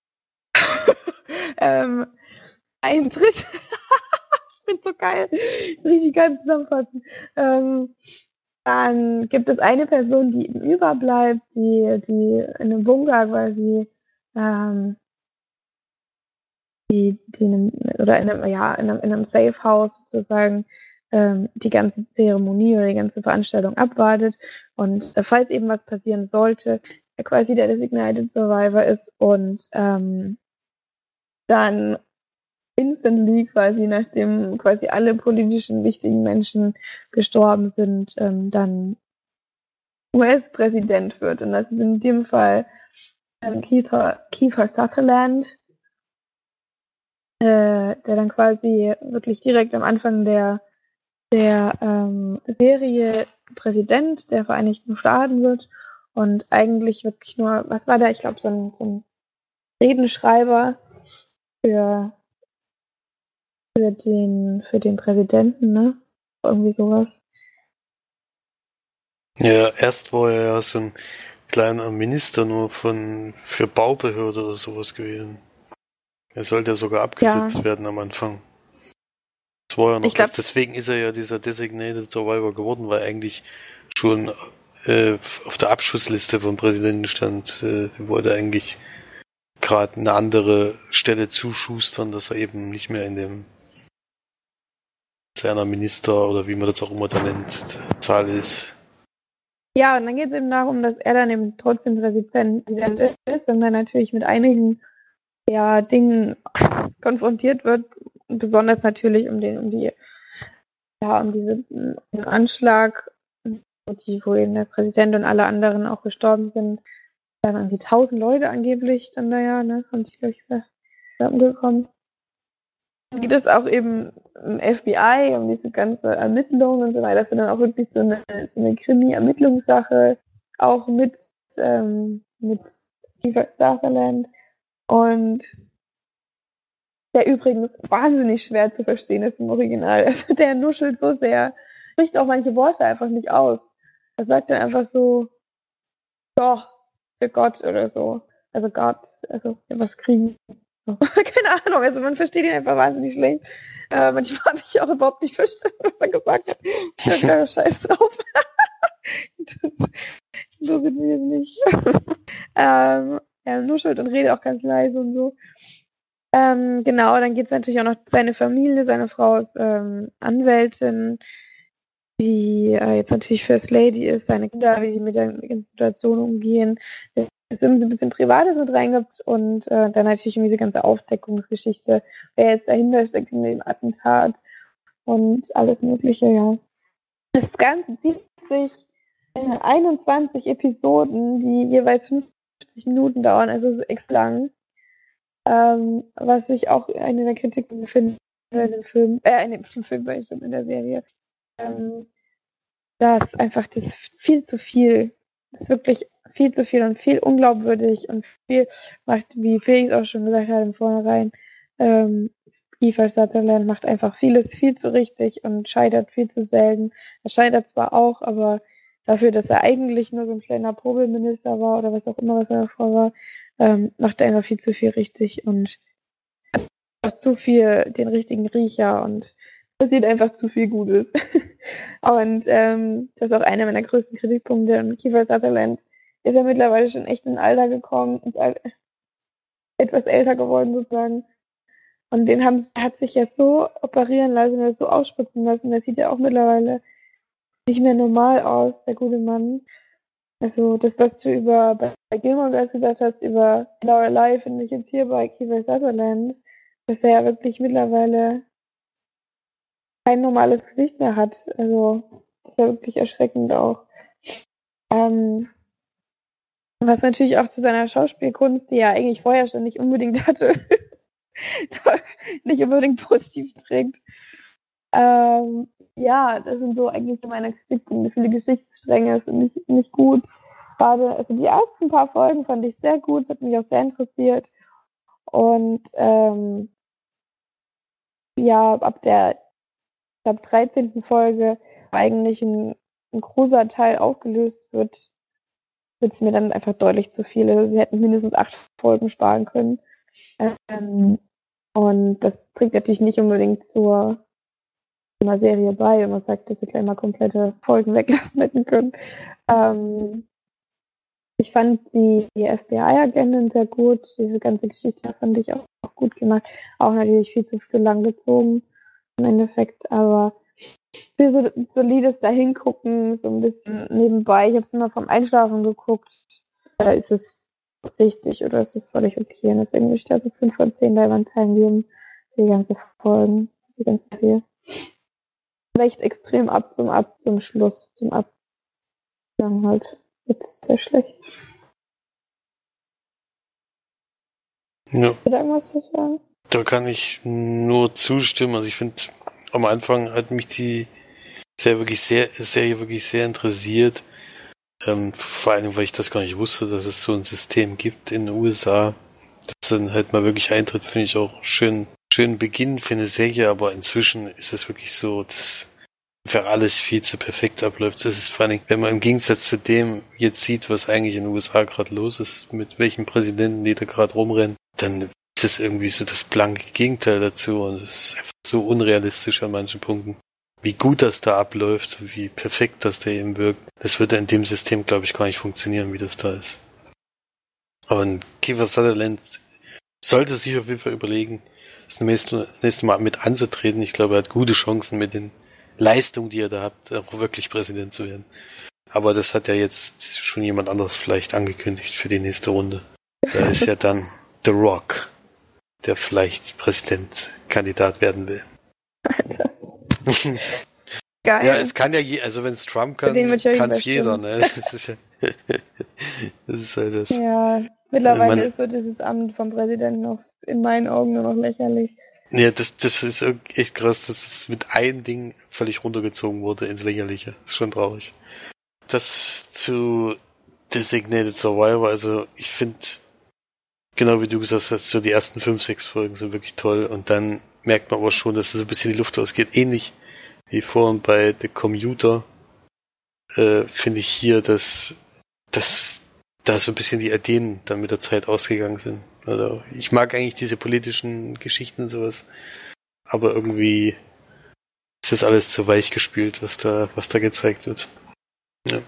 eintritt. Ich bin so geil. Richtig geil zusammenfassen. Dann gibt es eine Person, die überbleibt, die in einem Bunker quasi oder in einem Safe House sozusagen die ganze Zeremonie oder die ganze Veranstaltung abwartet und falls eben was passieren sollte, er quasi der Designated Survivor ist und dann instantly quasi, nachdem quasi alle politischen wichtigen Menschen gestorben sind, dann US-Präsident wird. Und das ist in dem Fall Kiefer Sutherland, der dann quasi wirklich direkt am Anfang der Serie Präsident der Vereinigten Staaten wird und eigentlich wirklich nur, was war der? Ich glaube, so ein Redenschreiber für den Präsidenten, ne? Irgendwie sowas. Ja, erst war er ja so ein kleiner Minister nur für Baubehörde oder sowas gewesen. Er sollte ja sogar abgesetzt werden am Anfang. Das war ja noch deswegen ist er ja dieser Designated Survivor geworden, weil eigentlich schon auf der Abschussliste vom Präsidenten stand, wollte eigentlich gerade eine andere Stelle zuschustern, dass er eben nicht mehr in dem seiner Minister oder wie man das auch immer da nennt, Zahl ist. Ja, und dann geht es eben darum, dass er dann eben trotzdem Präsident ist und dann natürlich mit einigen Dingen konfrontiert wird, besonders natürlich um diesen Anschlag, wo eben der Präsident und alle anderen auch gestorben sind. Dann irgendwie 1000 Leute angeblich dann haben die, glaube ich, gesagt, umgekommen. Dann geht es auch eben im FBI um diese ganze Ermittlung und so weiter. Das wird dann auch wirklich so eine Krimi-Ermittlungssache, auch mit Kiefer Sutherland. Und der übrigens wahnsinnig schwer zu verstehen ist im Original. Also der nuschelt so sehr, spricht auch manche Worte einfach nicht aus. Er sagt dann einfach so, doch, für Gott oder so. Also Gott, also was kriegen. Keine Ahnung, also man versteht ihn einfach wahnsinnig schlecht. Manchmal habe ich auch überhaupt nicht verstanden, was er gesagt hat. Ich habe Scheiß drauf. So sind wir jetzt nicht. Er nuschelt und redet auch ganz leise und so. Genau, dann geht es natürlich auch noch seine Familie. Seine Frau ist Anwältin, die jetzt natürlich First Lady ist, seine Kinder, wie die mit der ganzen Situation umgehen. Es irgendwie so ein bisschen Privates mit reingibt und dann natürlich diese ganze Aufdeckungsgeschichte, wer jetzt dahinter steckt in dem Attentat und alles Mögliche, ja. Das Ganze zieht sich in 21 Episoden, die jeweils 50 Minuten dauern, also so extra lang. Was ich auch eine der Kritiken finde in dem Film, in der Serie, dass einfach das viel zu viel, das ist wirklich viel zu viel und viel unglaubwürdig und viel macht, wie Felix auch schon gesagt hat im Vornherein, Kiefer Sutherland macht einfach vieles viel zu richtig und scheitert viel zu selten. Er scheitert zwar auch, aber dafür, dass er eigentlich nur so ein kleiner Probelminister war oder was auch immer, was er davor war, macht er einfach viel zu viel richtig und hat zu viel den richtigen Riecher und passiert einfach zu viel Gutes. Und das ist auch einer meiner größten Kritikpunkte an Kiefer Sutherland. Ist er mittlerweile schon echt in ein Alter gekommen, etwas älter geworden sozusagen. Und hat sich ja so operieren lassen oder so ausspritzen lassen. Der sieht ja auch mittlerweile nicht mehr normal aus, der gute Mann. Also das, was du bei Gilmore Girls gesagt hast, über Lorelei, finde ich jetzt hier bei Kiefer Sutherland, dass er ja wirklich mittlerweile kein normales Gesicht mehr hat. Also das ist ja wirklich erschreckend auch. Was natürlich auch zu seiner Schauspielkunst, die er eigentlich vorher schon nicht unbedingt hatte, nicht unbedingt positiv trägt. Ja, das sind so eigentlich meine Kritikpunkte. Viele Geschichtsstränge sind nicht gut. gerade, also die ersten paar Folgen fand ich sehr gut, es hat mich auch sehr interessiert. Und ja, ab der, ich glaube, 13. Folge eigentlich ein großer Teil aufgelöst wird es mir dann einfach deutlich zu viel. Also, sie hätten mindestens 8 Folgen sparen können. Und das trägt natürlich nicht unbedingt zur einer Serie bei, wenn man sagt, dass sie gleich mal komplette Folgen weglassen hätten können. Ich fand die FBI-Agentin sehr gut. Diese ganze Geschichte fand ich auch gut gemacht. Auch natürlich viel zu lang gezogen im Endeffekt, aber für so solides Dahingucken, so ein bisschen nebenbei. Ich habe es immer vom Einschlafen geguckt. Da ist es richtig oder ist es völlig okay. Und deswegen würde ich da so 5 von 10 Leinwandteilen geben. Die ganze Folgen, die ganze Serie. Recht extrem ab zum Schluss, zum Abgang halt. Jetzt sehr schlecht. Ja. Wird irgendwas zu sagen? Da kann ich nur zustimmen. Also ich finde, am Anfang hat mich die Serie wirklich sehr interessiert. Vor allem, weil ich das gar nicht wusste, dass es so ein System gibt in den USA, das dann halt mal wirklich eintritt, finde ich auch schönen Beginn für eine Serie, aber inzwischen ist es wirklich so, dass einfach alles viel zu perfekt abläuft. Das ist vor allem, wenn man im Gegensatz zu dem jetzt sieht, was eigentlich in den USA gerade los ist, mit welchen Präsidenten die da gerade rumrennen, dann ist es irgendwie so das blanke Gegenteil dazu und es ist einfach so unrealistisch an manchen Punkten. Wie gut das da abläuft, wie perfekt das da eben wirkt, das würde in dem System, glaube ich, gar nicht funktionieren, wie das da ist. Und Kiefer Sutherland sollte sich auf jeden Fall überlegen, das nächste Mal mit anzutreten. Ich glaube, er hat gute Chancen mit den Leistungen, die er da hat, auch wirklich Präsident zu werden. Aber das hat ja jetzt schon jemand anderes vielleicht angekündigt für die nächste Runde. Da ist ja dann The Rock, der vielleicht Präsidentkandidat werden will. Alter. Geil. Ja, es kann ja also wenn es Trump kann, kann es jeder, ne? Das ist ja das ist halt das. Ja, mittlerweile ist so dieses Amt vom Präsidenten noch in meinen Augen nur noch lächerlich. Ja, das ist echt krass, dass es mit einem Ding völlig runtergezogen wurde ins Lächerliche. Das ist schon traurig. Das zu Designated Survivor, also ich finde, genau wie du gesagt hast, so die ersten 5, 6 Folgen sind wirklich toll und dann merkt man aber schon, dass so ein bisschen die Luft ausgeht. Ähnlich wie vorhin bei The Commuter finde ich hier, dass da so ein bisschen die Ideen dann mit der Zeit ausgegangen sind. Also ich mag eigentlich diese politischen Geschichten und sowas, aber irgendwie ist das alles zu weich gespült, was da gezeigt wird. Ja.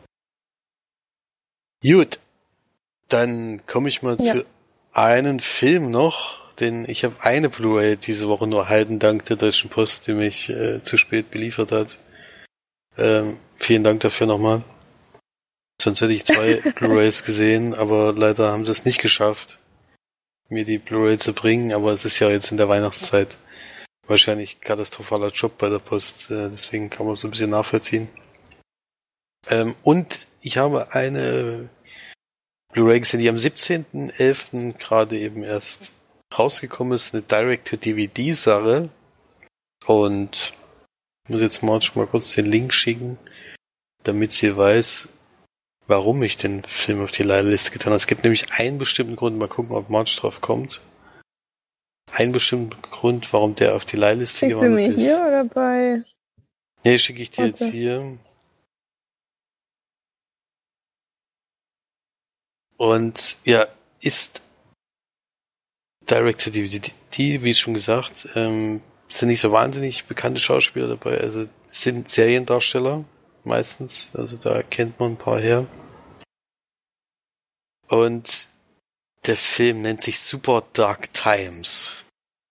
Gut, dann komme ich mal zu einem Film noch, denn ich habe eine Blu-ray diese Woche nur erhalten, dank der Deutschen Post, die mich zu spät beliefert hat. Vielen Dank dafür nochmal. Sonst hätte ich 2 Blu-rays gesehen, aber leider haben sie es nicht geschafft, mir die Blu-ray zu bringen, aber es ist ja jetzt in der Weihnachtszeit wahrscheinlich katastrophaler Job bei der Post, deswegen kann man so ein bisschen nachvollziehen. Und ich habe eine Blu-ray gesehen, die am 17.11. gerade eben erst rausgekommen ist, eine Direct-to-DVD-Sache. Und ich muss jetzt mal kurz den Link schicken, damit sie weiß, warum ich den Film auf die Leihliste getan habe. Es gibt nämlich einen bestimmten Grund, mal gucken, ob Marge drauf kommt. Einen bestimmten Grund, warum der auf die Leihliste gewandert ist. Schickst du mir hier oder bei... Nee, schicke ich dir jetzt hier. Und ja, ist Direct-to-DVD, wie schon gesagt, sind nicht so wahnsinnig bekannte Schauspieler dabei, also sind Seriendarsteller meistens, also da kennt man ein paar her. Und der Film nennt sich Super Dark Times.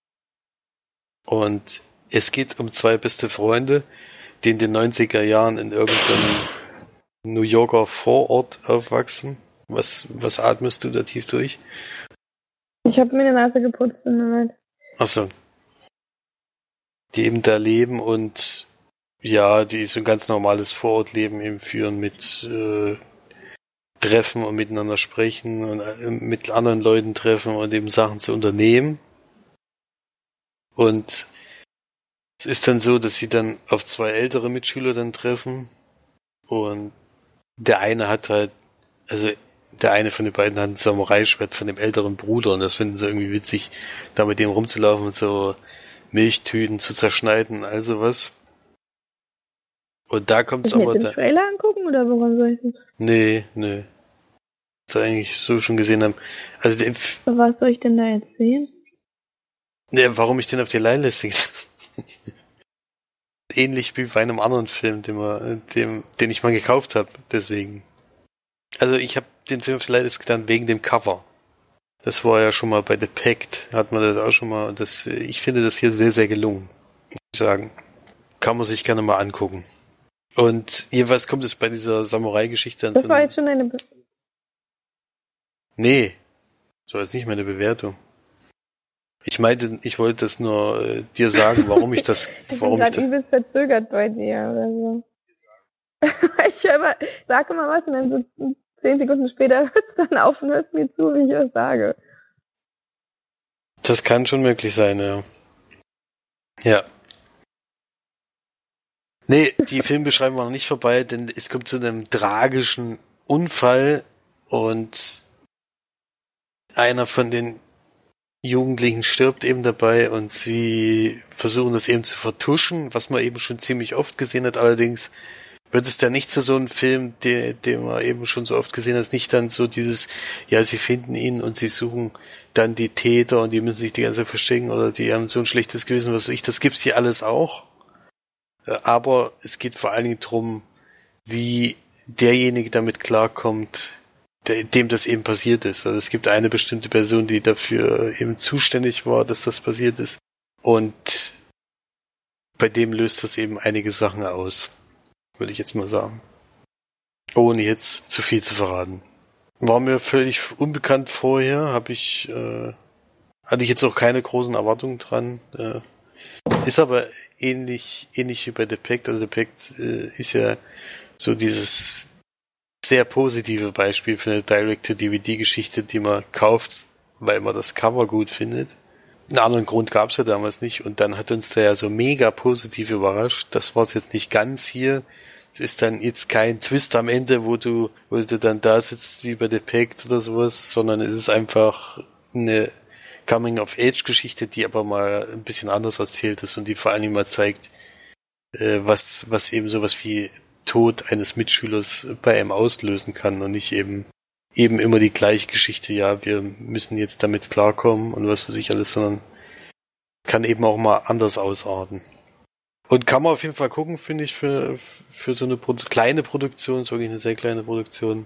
Und es geht um 2 beste Freunde, die in den 90er Jahren in irgendeinem New Yorker Vorort aufwachsen. Was atmest du da tief durch? Ich habe mir die Nase geputzt im Moment. Achso. Die eben da leben und ja, die so ein ganz normales Vorortleben eben führen mit Treffen und miteinander sprechen und mit anderen Leuten treffen und eben Sachen zu unternehmen. Und es ist dann so, dass sie dann auf 2 ältere Mitschüler dann treffen und der eine hat halt also der eine von den beiden hat ein Samurai-Schwert von dem älteren Bruder und das finden sie irgendwie witzig, da mit dem rumzulaufen und so Milchtüten zu zerschneiden, also was. Und da kommt's Soll ich aber mir den Trailer angucken oder woran soll ich das? Nee. Das eigentlich so schon gesehen haben. Also Was soll ich denn da jetzt sehen? warum ich den auf die Leihliste ähnlich wie bei einem anderen Film, den ich mal gekauft habe, deswegen. Also ich habe den Film auf die Leihliste getan wegen dem Cover. Das war ja schon mal bei The Pact, hat man das auch schon mal. Und ich finde das hier sehr, sehr gelungen, muss ich sagen. Kann man sich gerne mal angucken. Und jeweils kommt es bei dieser Samurai-Geschichte an Das war jetzt schon eine... Nee, das war jetzt nicht meine Bewertung. Ich meinte, ich wollte das nur dir sagen, warum ich das... Ich bin gerade übelst verzögert bei dir oder so. Sag immer was und dann so 10 Sekunden später hörst du dann auf und hörst mir zu, wie ich was sage. Das kann schon möglich sein, ja. Ja. Nee, die Filmbeschreibung war noch nicht vorbei, denn es kommt zu einem tragischen Unfall und einer von den Jugendlichen stirbt eben dabei und sie versuchen das eben zu vertuschen, was man eben schon ziemlich oft gesehen hat. Allerdings wird es dann nicht zu so einem Film, den man eben schon so oft gesehen hat, nicht dann so dieses, ja, sie finden ihn und sie suchen dann die Täter und die müssen sich die ganze Zeit verstecken oder die haben so ein schlechtes Gewissen, was weiß ich, das gibt's hier alles auch. Aber es geht vor allen Dingen drum, wie derjenige damit klarkommt, dem das eben passiert ist. Also es gibt eine bestimmte Person, die dafür eben zuständig war, dass das passiert ist. Und bei dem löst das eben einige Sachen aus, würde ich jetzt mal sagen. Ohne jetzt zu viel zu verraten. War mir völlig unbekannt vorher, hatte ich jetzt auch keine großen Erwartungen dran. Ist aber ähnlich wie bei The Pact. Also The Pact ist ja so dieses sehr positive Beispiel für eine Direct-to-DVD-Geschichte, die man kauft, weil man das Cover gut findet. Einen anderen Grund gab es ja damals nicht und dann hat uns der ja so mega positiv überrascht. Das war es jetzt nicht ganz hier. Es ist dann jetzt kein Twist am Ende, wo du dann da sitzt wie bei The Pact oder sowas, sondern es ist einfach eine Coming-of-Age-Geschichte, die aber mal ein bisschen anders erzählt ist und die vor allem mal zeigt, was eben sowas wie Tod eines Mitschülers bei einem auslösen kann und nicht eben immer die gleiche Geschichte, ja, wir müssen jetzt damit klarkommen und was weiß ich alles, sondern kann eben auch mal anders ausarten. Und kann man auf jeden Fall gucken, finde ich, für so eine kleine Produktion, ist wirklich eine sehr kleine Produktion.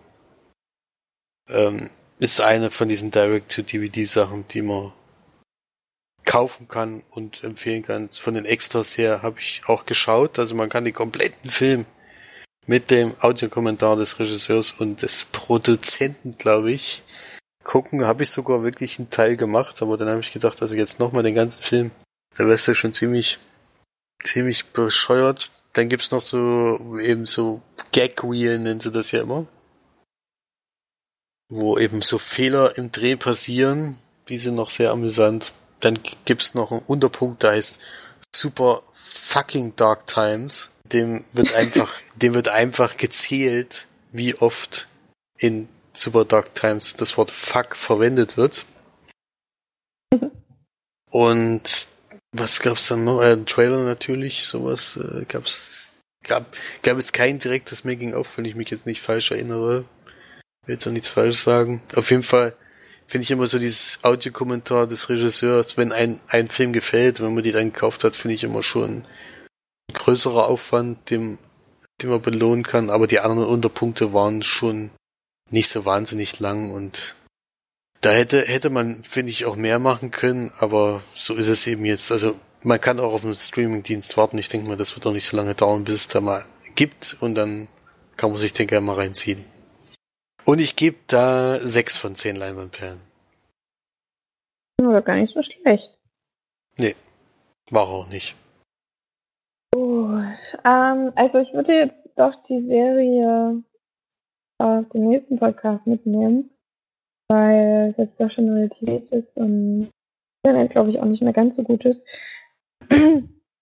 Ist eine von diesen Direct-to-DVD-Sachen, die man kaufen kann und empfehlen kann. Von den Extras her habe ich auch geschaut, also man kann den kompletten Film mit dem Audiokommentar des Regisseurs und des Produzenten, glaube ich, gucken. Habe ich sogar wirklich einen Teil gemacht, aber dann habe ich gedacht, also jetzt nochmal den ganzen Film, da wär's ja schon ziemlich bescheuert. Dann gibt's noch so Gag-Reel, nennen sie das ja immer, wo eben so Fehler im Dreh passieren, die sind noch sehr amüsant. Dann gibt's noch einen Unterpunkt, der heißt Super Fucking Dark Times. Dem wird einfach gezählt, wie oft in Super Dark Times das Wort Fuck verwendet wird. Und was gab's dann noch? Ein Trailer natürlich, sowas gab jetzt kein direktes Making-of, wenn ich mich jetzt nicht falsch erinnere. Will jetzt auch nichts falsch sagen. Auf jeden Fall finde ich immer so dieses Audiokommentar des Regisseurs, wenn ein Film gefällt, wenn man die dann gekauft hat, finde ich immer schon ein größerer Aufwand, den man belohnen kann, aber die anderen Unterpunkte waren schon nicht so wahnsinnig lang und da hätte man, finde ich, auch mehr machen können, aber so ist es eben jetzt. Also man kann auch auf einen Streamingdienst warten. Ich denke mal, das wird auch nicht so lange dauern, bis es da mal gibt und dann kann man sich den gerne mal reinziehen. Und ich gebe da 6 von 10 Leinwandperlen. War gar nicht so schlecht. Nee, war auch nicht. Gut. Also ich würde jetzt doch die Serie auf den nächsten Podcast mitnehmen, weil es jetzt doch schon Realität ist und Internet, glaube ich, auch nicht mehr ganz so gut ist.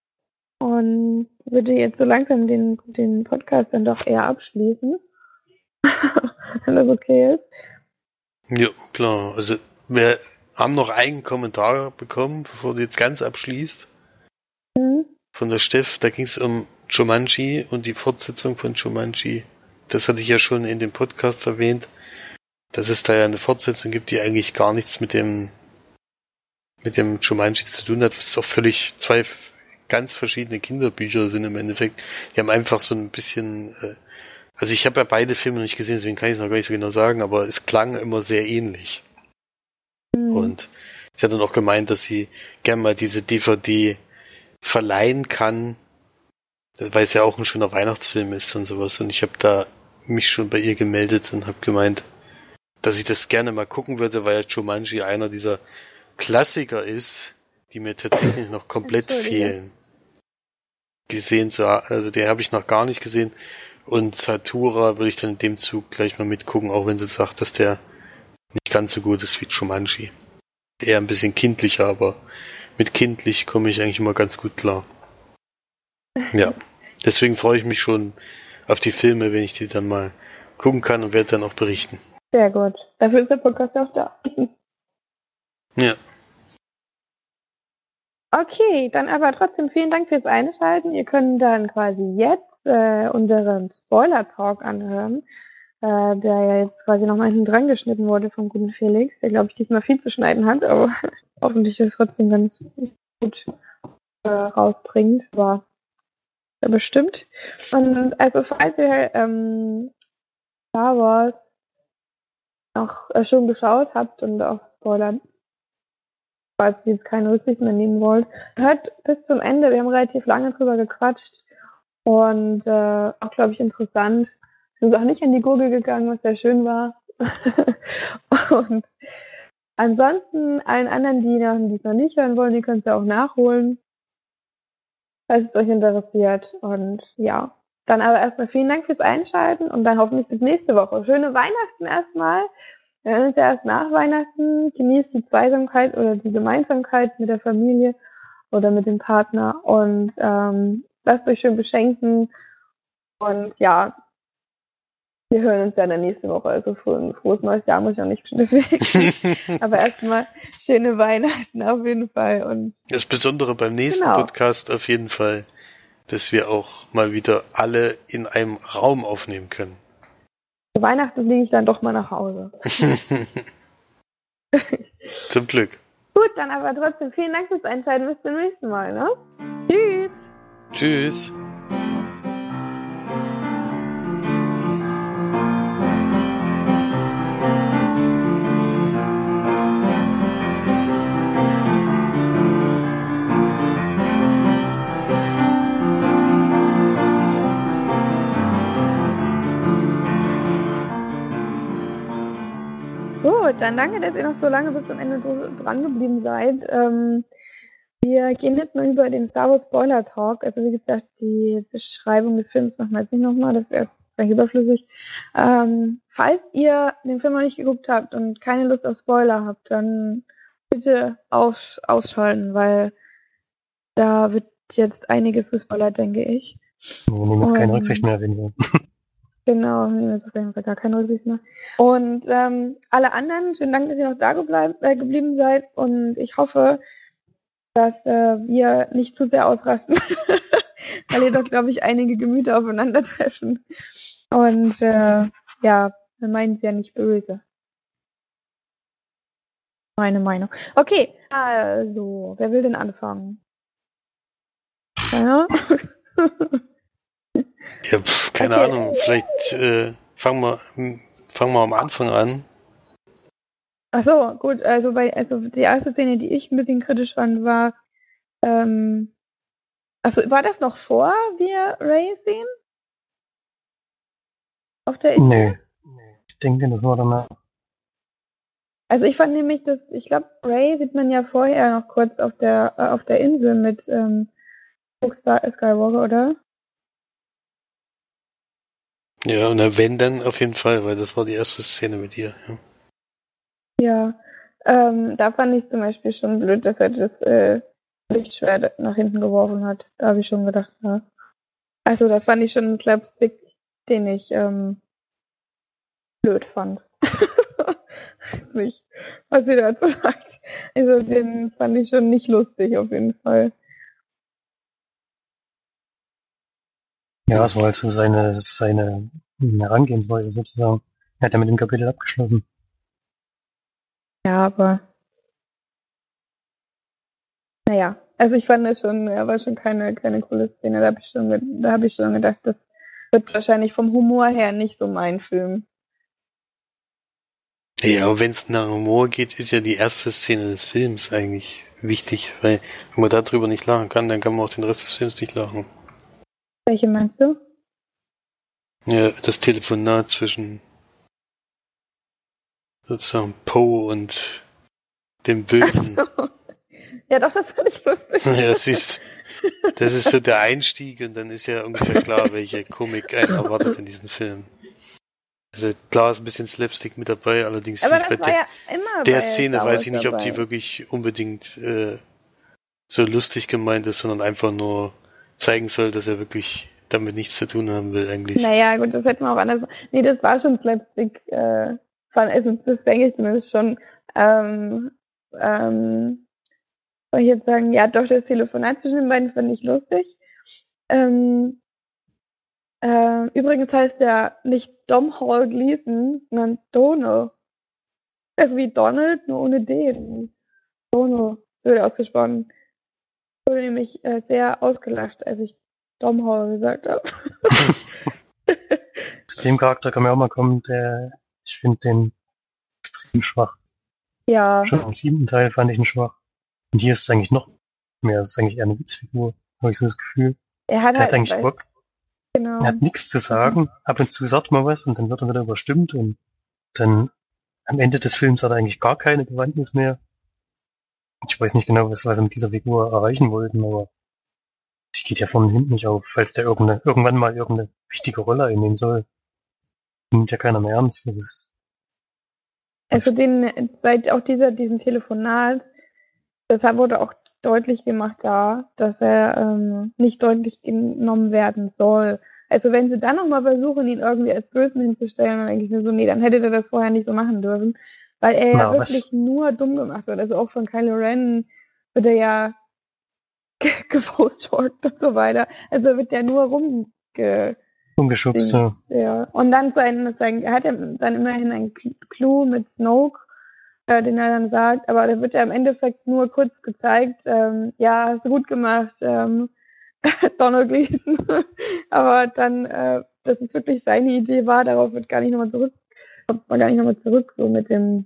Und würde jetzt so langsam den Podcast dann doch eher abschließen. Wenn das okay ist. Ja, klar. Also, wir haben noch einen Kommentar bekommen, bevor du jetzt ganz abschließt. Mhm. Von der Steff, da ging es um Jumanji und die Fortsetzung von Jumanji. Das hatte ich ja schon in dem Podcast erwähnt, dass es da ja eine Fortsetzung gibt, die eigentlich gar nichts mit dem Jumanji zu tun hat, was auch völlig zwei ganz verschiedene Kinderbücher sind im Endeffekt. Die haben einfach so ein bisschen, also ich habe ja beide Filme noch nicht gesehen, deswegen kann ich es noch gar nicht so genau sagen, aber es klang immer sehr ähnlich. Mhm. Und sie hat dann auch gemeint, dass sie gerne mal diese DVD verleihen kann, weil es ja auch ein schöner Weihnachtsfilm ist und sowas. Und ich habe da mich schon bei ihr gemeldet und habe gemeint, dass ich das gerne mal gucken würde, weil Jumanji einer dieser Klassiker ist, die mir tatsächlich noch komplett fehlen. Gesehen zu, also den habe ich noch gar nicht gesehen. Und Satura würde ich dann in dem Zug gleich mal mitgucken, auch wenn sie sagt, dass der nicht ganz so gut ist wie Jumanji. Eher ein bisschen kindlicher, aber mit kindlich komme ich eigentlich immer ganz gut klar. Ja, deswegen freue ich mich schon auf die Filme, wenn ich die dann mal gucken kann und werde dann auch berichten. Sehr gut. Dafür ist der Podcast ja auch da. Ja. Okay, dann aber trotzdem vielen Dank fürs Einschalten. Ihr könnt dann quasi jetzt unseren Spoiler-Talk anhören, der ja jetzt quasi nochmal hinten dran geschnitten wurde vom guten Felix, der, glaube ich, diesmal viel zu schneiden hat, aber hoffentlich das trotzdem ganz gut rausbringt. Aber ja, bestimmt. Und also falls ihr Star Wars noch schon geschaut habt und auch Spoilern, falls ihr jetzt keine Rücksicht mehr nehmen wollt, hört bis zum Ende. Wir haben relativ lange drüber gequatscht und auch, glaube ich, interessant. Wir sind auch nicht in die Gurgel gegangen, was sehr schön war. Und ansonsten allen anderen, die es noch nicht hören wollen, die können es ja auch nachholen, falls es euch interessiert. Und ja, dann aber erstmal vielen Dank fürs Einschalten und dann hoffentlich bis nächste Woche. Schöne Weihnachten erstmal. Wir hören uns ja erst nach Weihnachten. Genießt die Zweisamkeit oder die Gemeinsamkeit mit der Familie oder mit dem Partner und lasst euch schön beschenken. Und ja, wir hören uns ja in der nächsten Woche. Also frohes neues Jahr muss ich auch nicht deswegen. Aber erstmal schöne Weihnachten auf jeden Fall. Und das Besondere beim nächsten Podcast auf jeden Fall, dass wir auch mal wieder alle in einem Raum aufnehmen können. zu Weihnachten fliege ich dann doch mal nach Hause. Zum Glück. Gut, dann aber trotzdem vielen Dank fürs Einschalten. Bis zum nächsten Mal, ne? Tschüss. Tschüss. Gut, dann danke, dass ihr noch so lange bis zum Ende dran geblieben seid. Wir gehen jetzt mal über den Star Wars Spoiler Talk. Also wie gesagt, die Beschreibung des Films machen wir jetzt nicht nochmal, das wäre vielleicht überflüssig. Falls ihr den Film noch nicht geguckt habt und keine Lust auf Spoiler habt, dann bitte ausschalten, weil da wird jetzt einiges gespoilert, denke ich. Wir nehmen jetzt keine Rücksicht mehr, wenn wir. Genau, nehmen jetzt auf jeden Fall gar keine Rücksicht mehr. Und alle anderen, schönen Dank, dass ihr noch da geblieben seid. Und ich hoffe, dass wir nicht zu sehr ausrasten, weil hier doch, glaube ich, einige Gemüter aufeinandertreffen. Und ja, wir meinen es ja nicht böse. Meine Meinung. Okay, also, wer will denn anfangen? Ja? Ja, keine Ahnung, vielleicht fangen wir am Anfang an. Ach so, gut, also die erste Szene, die ich ein bisschen kritisch fand, war, also war das noch vor wir Rey sehen? Auf der Insel? Nee, ich denke, das war danach. Also ich fand nämlich, ich glaube, Rey sieht man ja vorher noch kurz auf der Insel mit Luke Skywalker, oder? Ja, und wenn dann auf jeden Fall, weil das war die erste Szene mit ihr. Ja, da fand ich zum Beispiel schon blöd, dass er das Lichtschwert nach hinten geworfen hat. Da habe ich schon gedacht, ja. Also das fand ich schon ein Slapstick, den ich blöd fand. Nicht, was sie dazu sagt. Also den fand ich schon nicht lustig auf jeden Fall. Ja, es war halt so seine Herangehensweise sozusagen. Er hat ja mit dem Kapitel abgeschlossen. Ja, aber naja, also ich fand das schon, ja, war schon keine coole Szene. Da habe ich schon gedacht, das wird wahrscheinlich vom Humor her nicht so mein Film. Ja, aber wenn es nach Humor geht, ist ja die erste Szene des Films eigentlich wichtig, weil wenn man darüber nicht lachen kann, dann kann man auch den Rest des Films nicht lachen. Welche meinst du? Ja, das Telefonat zwischen sozusagen Poe und dem Bösen. Ja, doch, das fand ich lustig. Ja, siehst, das ist so der Einstieg und dann ist ja ungefähr klar, welche Komik einen erwartet in diesem Film. Also klar ist ein bisschen Slapstick mit dabei, allerdings Aber finde ich das bei war ja immer der bei Szene Star weiß Wars ich nicht, ob die dabei. wirklich unbedingt so lustig gemeint ist, sondern einfach nur zeigen soll, dass er wirklich damit nichts zu tun haben will eigentlich. Naja, gut, das hätten wir auch anders. Nee, das war schon Slapstick. Also das denke ich zumindest schon. Soll ich jetzt sagen, ja, doch, das Telefonat zwischen den beiden fand ich lustig. Übrigens heißt er nicht Dom Hall Gleason, sondern Dono. Also wie Donald, nur ohne D. Dono, so wird ausgesprochen. Ich wurde nämlich sehr ausgelacht, als ich Dom Hall gesagt habe. Zu dem Charakter kann man auch mal kommen, ich finde den extrem schwach. Ja. Schon im 7. Teil fand ich ihn schwach. Und hier ist es eigentlich noch mehr. Es ist eigentlich eher eine Witzfigur, habe ich so das Gefühl. Er hat Der halt hat eigentlich Bock. Genau. Er hat nichts zu sagen. Ab und zu sagt man was und dann wird er wieder überstimmt und dann am Ende des Films hat er eigentlich gar keine Bewandtnis mehr. Ich weiß nicht genau, was sie mit dieser Figur erreichen wollten, aber sie geht ja vorne und hinten nicht auf, falls der irgendwann mal irgendeine wichtige Rolle einnehmen soll. Nimmt ja keiner mehr ernst. Das ist Also seit auch diesem Telefonat, das wurde auch deutlich gemacht da, dass er nicht deutlich genommen werden soll. Also wenn sie dann nochmal versuchen, ihn irgendwie als Bösen hinzustellen, dann denke ich mir so, nee, dann hätte er das vorher nicht so machen dürfen. Weil er ja wirklich nur dumm gemacht wird. Also auch von Kylo Ren wird er ja gepostalkt und so weiter. Also wird der nur umgeschubst, ja. Ja. Und dann er hat ja dann immerhin einen Clou mit Snoke, den er dann sagt, aber da wird ja im Endeffekt nur kurz gezeigt, ja, hast du gut gemacht, Donald Gleason. Aber dann, dass es wirklich seine Idee war, darauf kommt man gar nicht nochmal zurück, so mit dem,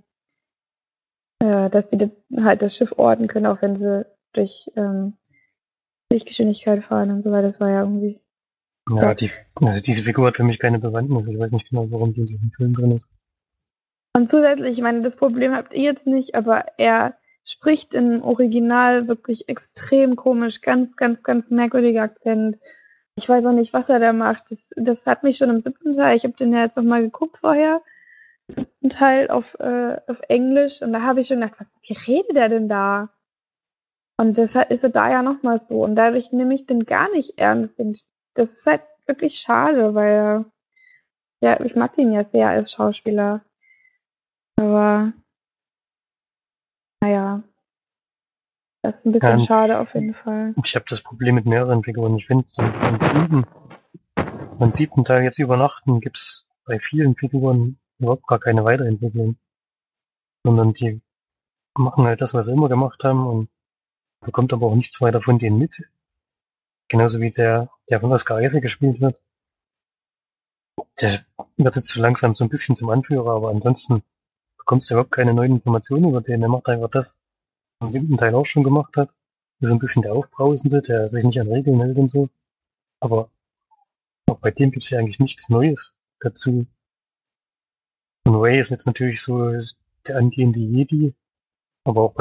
dass die halt das Schiff orten können, auch wenn sie durch Lichtgeschwindigkeit fahren und so weiter. Das war ja irgendwie. Ja, diese Figur hat für mich keine Bewandtnis. Ich weiß nicht genau, warum die in diesem Film drin ist. Und zusätzlich, ich meine, das Problem habt ihr jetzt nicht, aber er spricht im Original wirklich extrem komisch, ganz, ganz, ganz merkwürdiger Akzent. Ich weiß auch nicht, was er da macht. Das hat mich schon im 7. Teil, ich habe den ja jetzt noch mal geguckt vorher, im 7. Teil auf Englisch und da habe ich schon gedacht, wie redet er denn da? Und deshalb ist er da ja nochmal so und dadurch nehme ich den gar nicht ernst. Das ist halt wirklich schade, weil ja, ich mag ihn ja sehr als Schauspieler. Aber naja, das ist ein bisschen schade auf jeden Fall. Ich habe das Problem mit mehreren Figuren. Ich finde, beim 7. Teil jetzt übernachten gibt's bei vielen Figuren überhaupt gar keine Weiterentwicklung. Sondern die machen halt das, was sie immer gemacht haben und bekommt aber auch nichts weiter von denen mit. Genauso wie der von Oscar Isaac gespielt wird. Der wird jetzt so langsam so ein bisschen zum Anführer, aber ansonsten bekommst du überhaupt keine neuen Informationen über den. Er macht einfach das, was er im 7. Teil auch schon gemacht hat. Ist so ein bisschen der Aufbrausende, der sich nicht an Regeln hält und so. Aber auch bei dem gibt's ja eigentlich nichts Neues dazu. Und Rey ist jetzt natürlich so der angehende Jedi, aber auch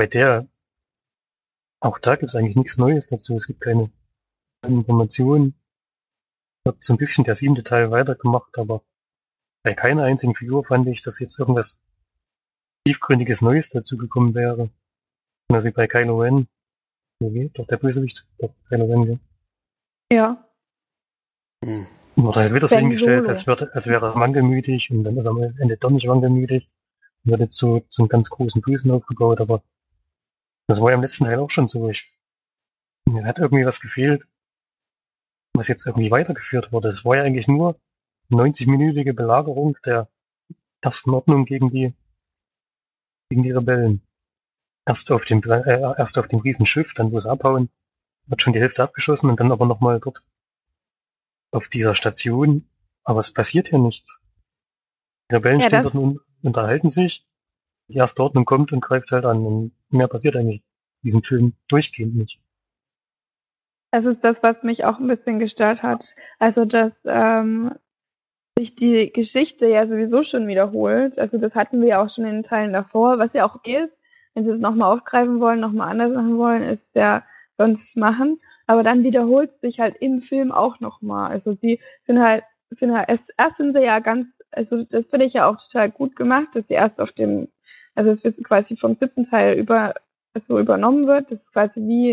da gibt's eigentlich nichts Neues dazu. Es gibt keine Informationen. Wird so ein bisschen der 7. Teil weitergemacht, aber bei keiner einzigen Figur fand ich, dass jetzt irgendwas tiefgründiges Neues dazu gekommen wäre. Also wie bei Kylo Ren. Nee, doch der Bösewicht. Doch, Kylo Ren, ja. Ja. Wurde halt wieder so Ben hingestellt, Solo. als wäre er wankelmütig und dann ist er am Ende doch nicht wankelmütig. Und wird jetzt so zum ganz großen Busen aufgebaut, aber das war ja im letzten Teil auch schon so. Mir hat irgendwie was gefehlt, was jetzt irgendwie weitergeführt wurde. Es war ja eigentlich nur 90-minütige Belagerung der ersten Ordnung gegen die Rebellen. Erst auf dem Riesenschiff, dann wo sie abhauen, wird schon die Hälfte abgeschossen und dann aber nochmal dort auf dieser Station. Aber es passiert hier nichts. Die Rebellen Ja, stehen das, dort und unterhalten sich. Die erste Ordnung kommt und greift halt an. Und mehr passiert eigentlich in diesem Film durchgehend nicht. das ist das, was mich auch ein bisschen gestört hat. Also, dass sich die Geschichte ja sowieso schon wiederholt. Also, das hatten wir ja auch schon in den Teilen davor, was ja auch geht. Wenn sie es nochmal aufgreifen wollen, nochmal anders machen wollen, ist es ja sonst machen. Aber dann wiederholt es sich halt im Film auch nochmal. Also, sie sind halt erst sind sie ja ganz, also, das finde ich ja auch total gut gemacht, dass sie erst auf dem, also, es wird quasi vom 7. Teil so übernommen wird. Das ist quasi wie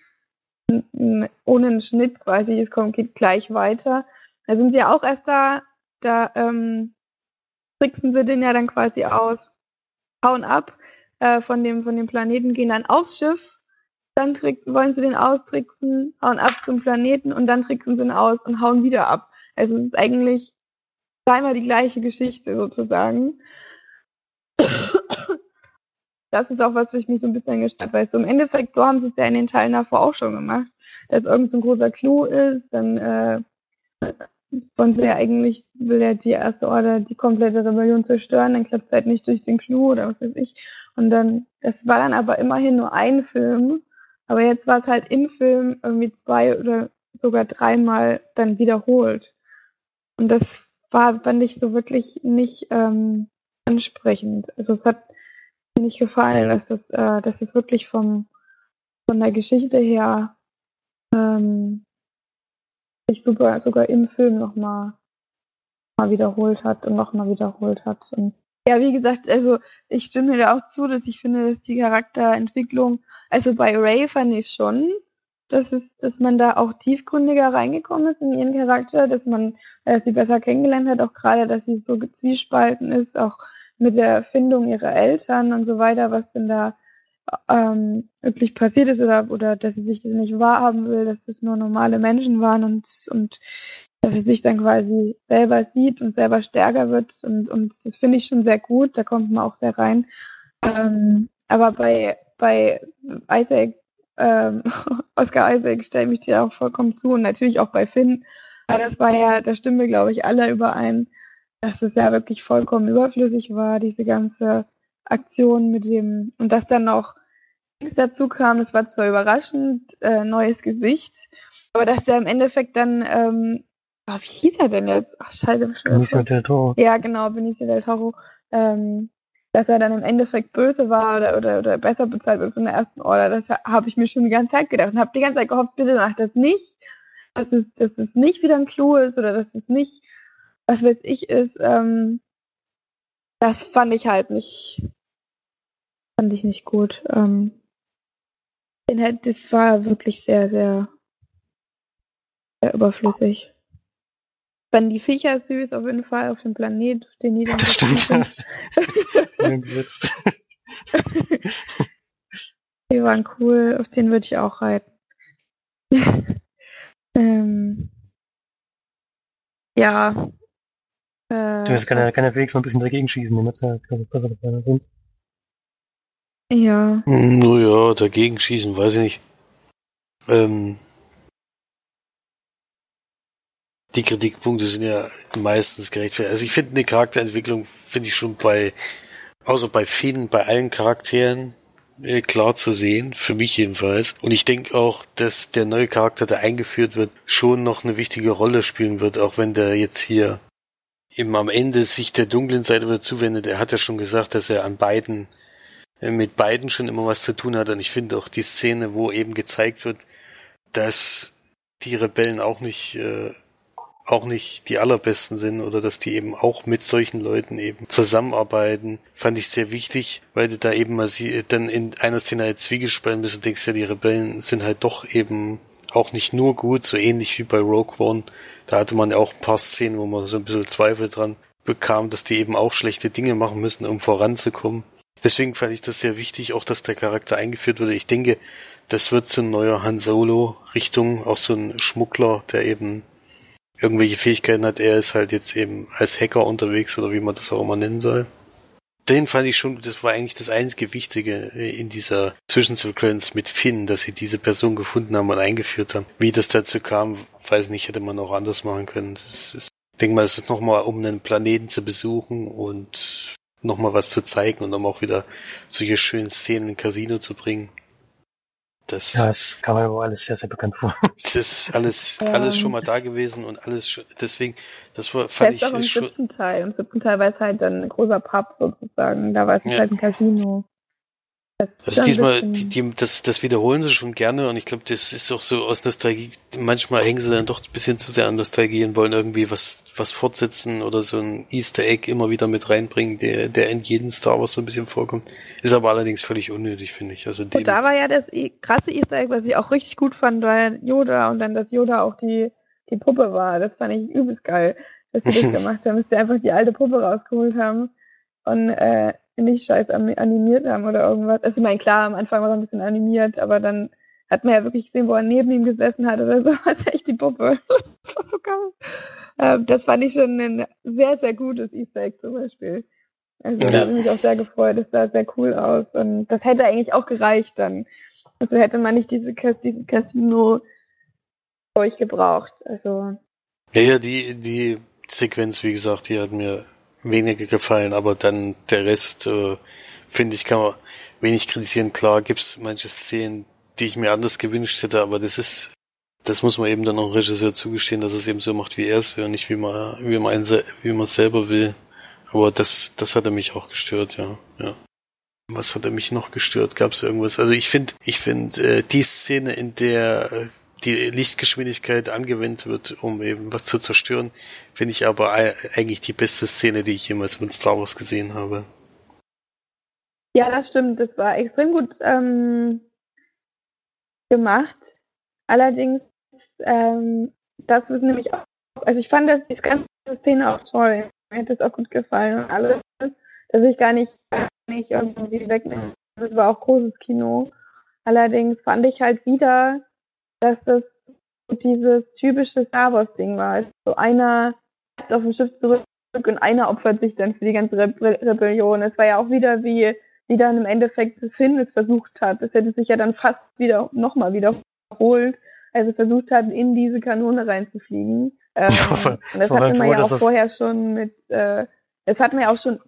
ohne einen Schnitt quasi, geht gleich weiter. Da sind sie ja auch erst da tricksen sie den ja dann quasi aus, hauen ab von dem Planeten, gehen dann aufs Schiff, dann wollen sie den austricksen, hauen ab zum Planeten und dann tricksen sie ihn aus und hauen wieder ab. Also es ist eigentlich zweimal die gleiche Geschichte sozusagen. Das ist auch was mich so ein bisschen gestört, weil so im Endeffekt, so haben sie es ja in den Teilen davor auch schon gemacht, dass irgend so ein großer Clou ist, dann sonst will ja die erste Order die komplette Rebellion zerstören, dann klappt es halt nicht durch den Clou oder was weiß ich. Und dann, das war dann aber immerhin nur ein Film, aber jetzt war es halt im Film irgendwie 2 oder sogar 3-mal dann wiederholt. Und das fand ich so wirklich nicht ansprechend. Also es hat mir nicht gefallen, dass das wirklich von der Geschichte her sich sogar im Film nochmal wiederholt hat und nochmal wiederholt hat. Und ja, wie gesagt, also ich stimme mir da auch zu, dass ich finde, dass die Charakterentwicklung, also bei Rey fand ich schon, dass man da auch tiefgründiger reingekommen ist in ihren Charakter, dass man sie besser kennengelernt hat, auch gerade, dass sie so zwiespalten ist, auch mit der Erfindung ihrer Eltern und so weiter, was denn da wirklich passiert ist oder dass sie sich das nicht wahrhaben will, dass das nur normale Menschen waren und dass sie sich dann quasi selber sieht und selber stärker wird und das finde ich schon sehr gut, da kommt man auch sehr rein. Aber bei Isaac, Oscar Isaac stelle ich mich dir auch vollkommen zu und natürlich auch bei Finn, weil das war ja, da stimmen wir glaube ich alle überein, dass es ja wirklich vollkommen überflüssig war, diese ganze Aktion mit dem, und dass dann noch nichts dazu kam, das war zwar überraschend, neues Gesicht, aber dass der im Endeffekt dann, wie hieß er denn jetzt? Ach, scheiße, Benicio del Toro. ja, genau, Benicio del Toro, dass er dann im Endeffekt böse war oder besser bezahlt wird von der ersten Order, das habe ich mir schon die ganze Zeit gedacht und habe die ganze Zeit gehofft, bitte mach das nicht, dass es nicht wieder ein Clou ist oder dass es nicht, was weiß ich, ist, das fand ich nicht gut. Das war wirklich sehr, sehr, sehr überflüssig. Fanden die Viecher süß, auf jeden Fall, auf dem Planet, auf den die dann Das stimmt, ja. sind. Die waren cool, auf den würde ich auch reiten. Ja. Zumindest kann der Felix mal ein bisschen dagegen schießen, den hat's ja, glaube ich, besser gefallen als uns. Ja. Naja, dagegen schießen, weiß ich nicht. Die Kritikpunkte sind ja meistens gerechtfertigt. Also ich finde eine Charakterentwicklung, finde ich schon außer bei Finn, bei allen Charakteren klar zu sehen, für mich jedenfalls. Und ich denke auch, dass der neue Charakter, der eingeführt wird, schon noch eine wichtige Rolle spielen wird, auch wenn der jetzt hier eben am Ende sich der dunklen Seite wieder zuwendet. Er hat ja schon gesagt, dass er mit beiden schon immer was zu tun hat. Und ich finde auch die Szene, wo eben gezeigt wird, dass die Rebellen auch nicht die allerbesten sind oder dass die eben auch mit solchen Leuten eben zusammenarbeiten, fand ich sehr wichtig, weil du da eben mal dann in einer Szene halt zwiegespalten bist und denkst, ja, die Rebellen sind halt doch eben auch nicht nur gut, so ähnlich wie bei Rogue One. Da hatte man ja auch ein paar Szenen, wo man so ein bisschen Zweifel dran bekam, dass die eben auch schlechte Dinge machen müssen, um voranzukommen. Deswegen fand ich das sehr wichtig, auch dass der Charakter eingeführt wurde. Ich denke, das wird so ein neuer Han Solo-Richtung, auch so ein Schmuggler, der eben irgendwelche Fähigkeiten hat. Er ist halt jetzt eben als Hacker unterwegs oder wie man das auch immer nennen soll. Den fand ich schon, das war eigentlich das einzige Wichtige in dieser Zwischensequenz mit Finn, dass sie diese Person gefunden haben und eingeführt haben. Wie das dazu kam, weiß nicht, hätte man auch anders machen können. Ich denke mal, es ist nochmal, um einen Planeten zu besuchen und nochmal was zu zeigen und um auch wieder solche schönen Szenen im Casino zu bringen. Das kam mir aber alles sehr, sehr bekannt vor. Das ist alles schon mal da gewesen und alles deswegen, das war, fand ich auch im siebten Teil. Im siebten Teil war es halt dann ein großer Pub sozusagen. Da war es halt ein Casino. Also diesmal, das wiederholen sie schon gerne und ich glaube, das ist auch so aus Nostalgie, manchmal hängen sie dann doch ein bisschen zu sehr an Nostalgie und wollen irgendwie was fortsetzen oder so ein Easter Egg immer wieder mit reinbringen, der in jedem Star Wars so ein bisschen vorkommt. Ist aber allerdings völlig unnötig, finde ich. Also und da war ja das krasse Easter Egg, was ich auch richtig gut fand, war ja Yoda und dann, dass Yoda auch die Puppe war. Das fand ich übelst geil, dass sie das gemacht haben, dass sie einfach die alte Puppe rausgeholt haben und nicht scheiß animiert haben oder irgendwas. Also ich meine, klar, am Anfang war er ein bisschen animiert, aber dann hat man ja wirklich gesehen, wo er neben ihm gesessen hat oder so, das ist echt die Puppe. Das war so geil. Das fand ich schon ein sehr, sehr gutes Easter Egg zum Beispiel. Also da habe ich mich auch sehr gefreut, das sah sehr cool aus und das hätte eigentlich auch gereicht dann. Also hätte man nicht diesen Casino durchgebraucht. Also. Ja, die Sequenz, wie gesagt, die hat mir weniger gefallen, aber dann der Rest, finde ich, kann man wenig kritisieren. Klar gibt's manche Szenen, die ich mir anders gewünscht hätte, aber das muss man eben dann auch dem Regisseur zugestehen, dass es eben so macht, wie er es will und nicht wie man es selber will. Aber das hatte mich auch gestört, ja. Was hat mich noch gestört? Gab's irgendwas? Also ich finde, die Szene, in der die Lichtgeschwindigkeit angewendet wird, um eben was zu zerstören, finde ich aber eigentlich die beste Szene, die ich jemals mit Star Wars gesehen habe. Ja, das stimmt. Das war extrem gut gemacht. Allerdings, das ist nämlich auch, also ich fand die ganze Szene auch toll. Mir hat das auch gut gefallen und alles, dass ich gar nicht irgendwie wegnehmen. Das war auch großes Kino. Allerdings fand ich halt wieder, dass das dieses typische Star Wars Ding war. Also einer bleibt auf dem Schiff zurück und einer opfert sich dann für die ganze Rebellion. Es war ja auch wieder wie dann im Endeffekt Finn es versucht hat. Das hätte sich ja dann fast nochmal wiederholt, also versucht hat, in diese Kanone reinzufliegen. Und das hatten wir ja auch vorher schon mit, das hatten wir auch schon.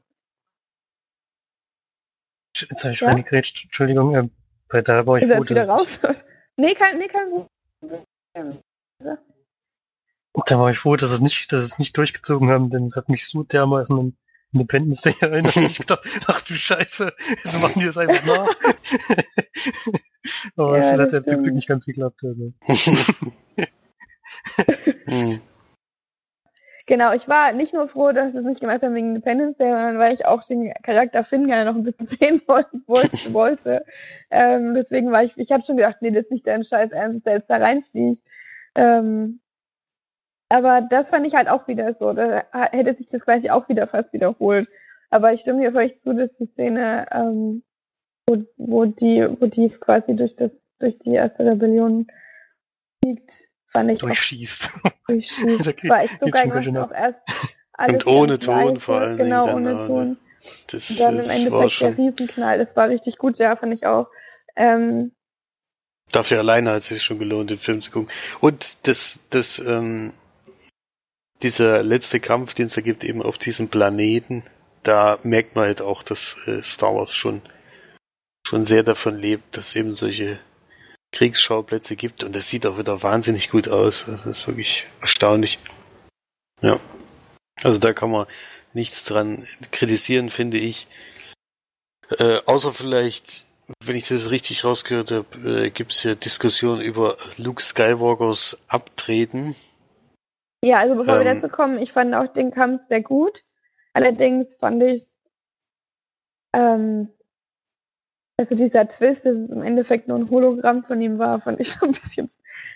Jetzt habe ich reingegrätscht, Entschuldigung, da war ich froh, dass raus? Nee, kein Problem. Da war ich froh, dass es nicht durchgezogen haben, denn es hat mich so dermaßen an Independence Day erinnert. Ich gedacht, ach du Scheiße, so machen die das einfach nach. Aber es hat ja zum Glück nicht ganz geklappt. Also. Genau, ich war nicht nur froh, dass es nicht gemacht haben wegen Independence Day, sondern weil ich auch den Charakter Finn gerne noch ein bisschen sehen wollte. Deswegen war ich habe schon gedacht, nee, das ist nicht dein Scheiß Ernst, dass der jetzt da reinfliegt. Aber das fand ich halt auch wieder so, da hätte sich das quasi auch wieder fast wiederholt. Aber ich stimme dir völlig zu, dass die Szene, wo die quasi durch die erste Rebellion fliegt, fand ich durchschießt. War echt so geil gemacht, auch erst alles und ohne Ton vor allem. Genau, ohne Ton. Das und dann im Endeffekt der Riesenknall, das war richtig gut, ja, fand ich auch. Dafür alleine hat es sich schon gelohnt, den Film zu gucken. Und dieser letzte Kampf, den es da gibt, eben auf diesem Planeten, da merkt man halt auch, dass Star Wars schon sehr davon lebt, dass es eben solche Kriegsschauplätze gibt und das sieht auch wieder wahnsinnig gut aus. Das ist wirklich erstaunlich. Ja. Also da kann man nichts dran kritisieren, finde ich. Außer vielleicht, wenn ich das richtig rausgehört habe, gibt es ja Diskussionen über Luke Skywalkers Abtreten. Ja, also bevor wir dazu kommen, ich fand auch den Kampf sehr gut. Allerdings fand ich, also dieser Twist, dass es im Endeffekt nur ein Hologramm von ihm war, fand ich schon ein bisschen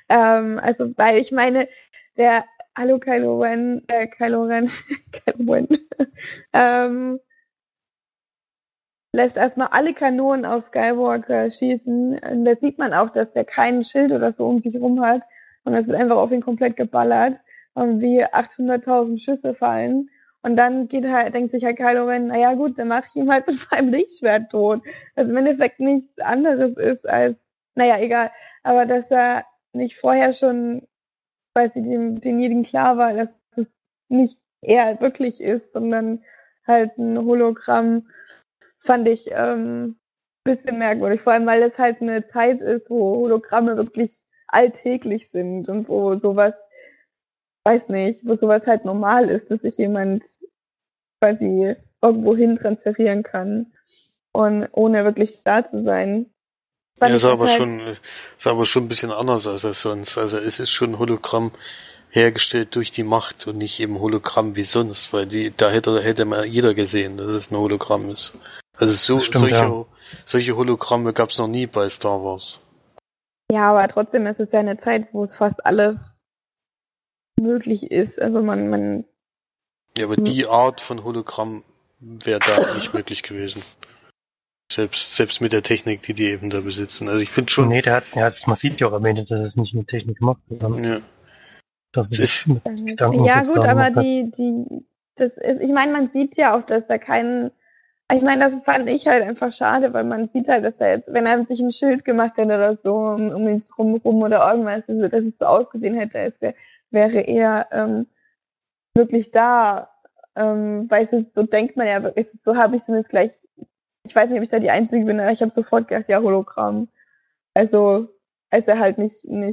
Also, weil ich meine, der Hallo Kylo Ren, Kylo Ren, Kylo Ren, ähm, lässt erstmal alle Kanonen auf Skywalker schießen. Und da sieht man auch, dass der kein Schild oder so um sich rum hat. Und es wird einfach auf ihn komplett geballert. Und wie 800.000 Schüsse fallen. Und dann denkt sich halt Kylo Ren, naja gut, dann mache ich ihn halt mit meinem Lichtschwert tot. Was im Endeffekt nichts anderes ist als, naja, egal. Aber dass er nicht vorher schon, weil sie demjenigen klar war, dass es nicht er wirklich ist, sondern halt ein Hologramm, fand ich bisschen merkwürdig. Vor allem, weil es halt eine Zeit ist, wo Hologramme wirklich alltäglich sind und wo sowas, weiß nicht, wo sowas halt normal ist, dass sich jemand quasi irgendwo hin transferieren kann und ohne wirklich da zu sein. Ja, Fand ich das halt, ist aber schon ein bisschen anders als es sonst. Also es ist schon ein Hologramm hergestellt durch die Macht und nicht eben Hologramm wie sonst, weil da hätte mal jeder gesehen, dass es ein Hologramm ist. Also Stimmt, ja. solche Hologramme gab es noch nie bei Star Wars. ja, aber trotzdem ist es ja eine Zeit, wo es fast alles möglich ist. Also man Ja, aber die Art von Hologramm wäre da nicht möglich gewesen. Selbst mit der Technik, die eben da besitzen. Also ich finde schon. Nee, man sieht ja auch am Ende, dass es nicht mit Technik gemacht wird, sondern Ja. dass es das mit Gedanken ja gut, sozusagen aber gemacht hat. das ist, ich meine, man sieht ja auch, dass da ich meine, das fand ich halt einfach schade, weil man sieht halt, dass er jetzt, wenn er sich ein Schild gemacht hätte oder so, um ihn rum oder irgendwas, dass es so ausgesehen hätte, als wäre er wirklich da. Weil so denkt man ja wirklich, so habe ich zumindest gleich, ich weiß nicht, ob ich da die Einzige bin, aber ich habe sofort gedacht, ja, Hologramm. Also, als er halt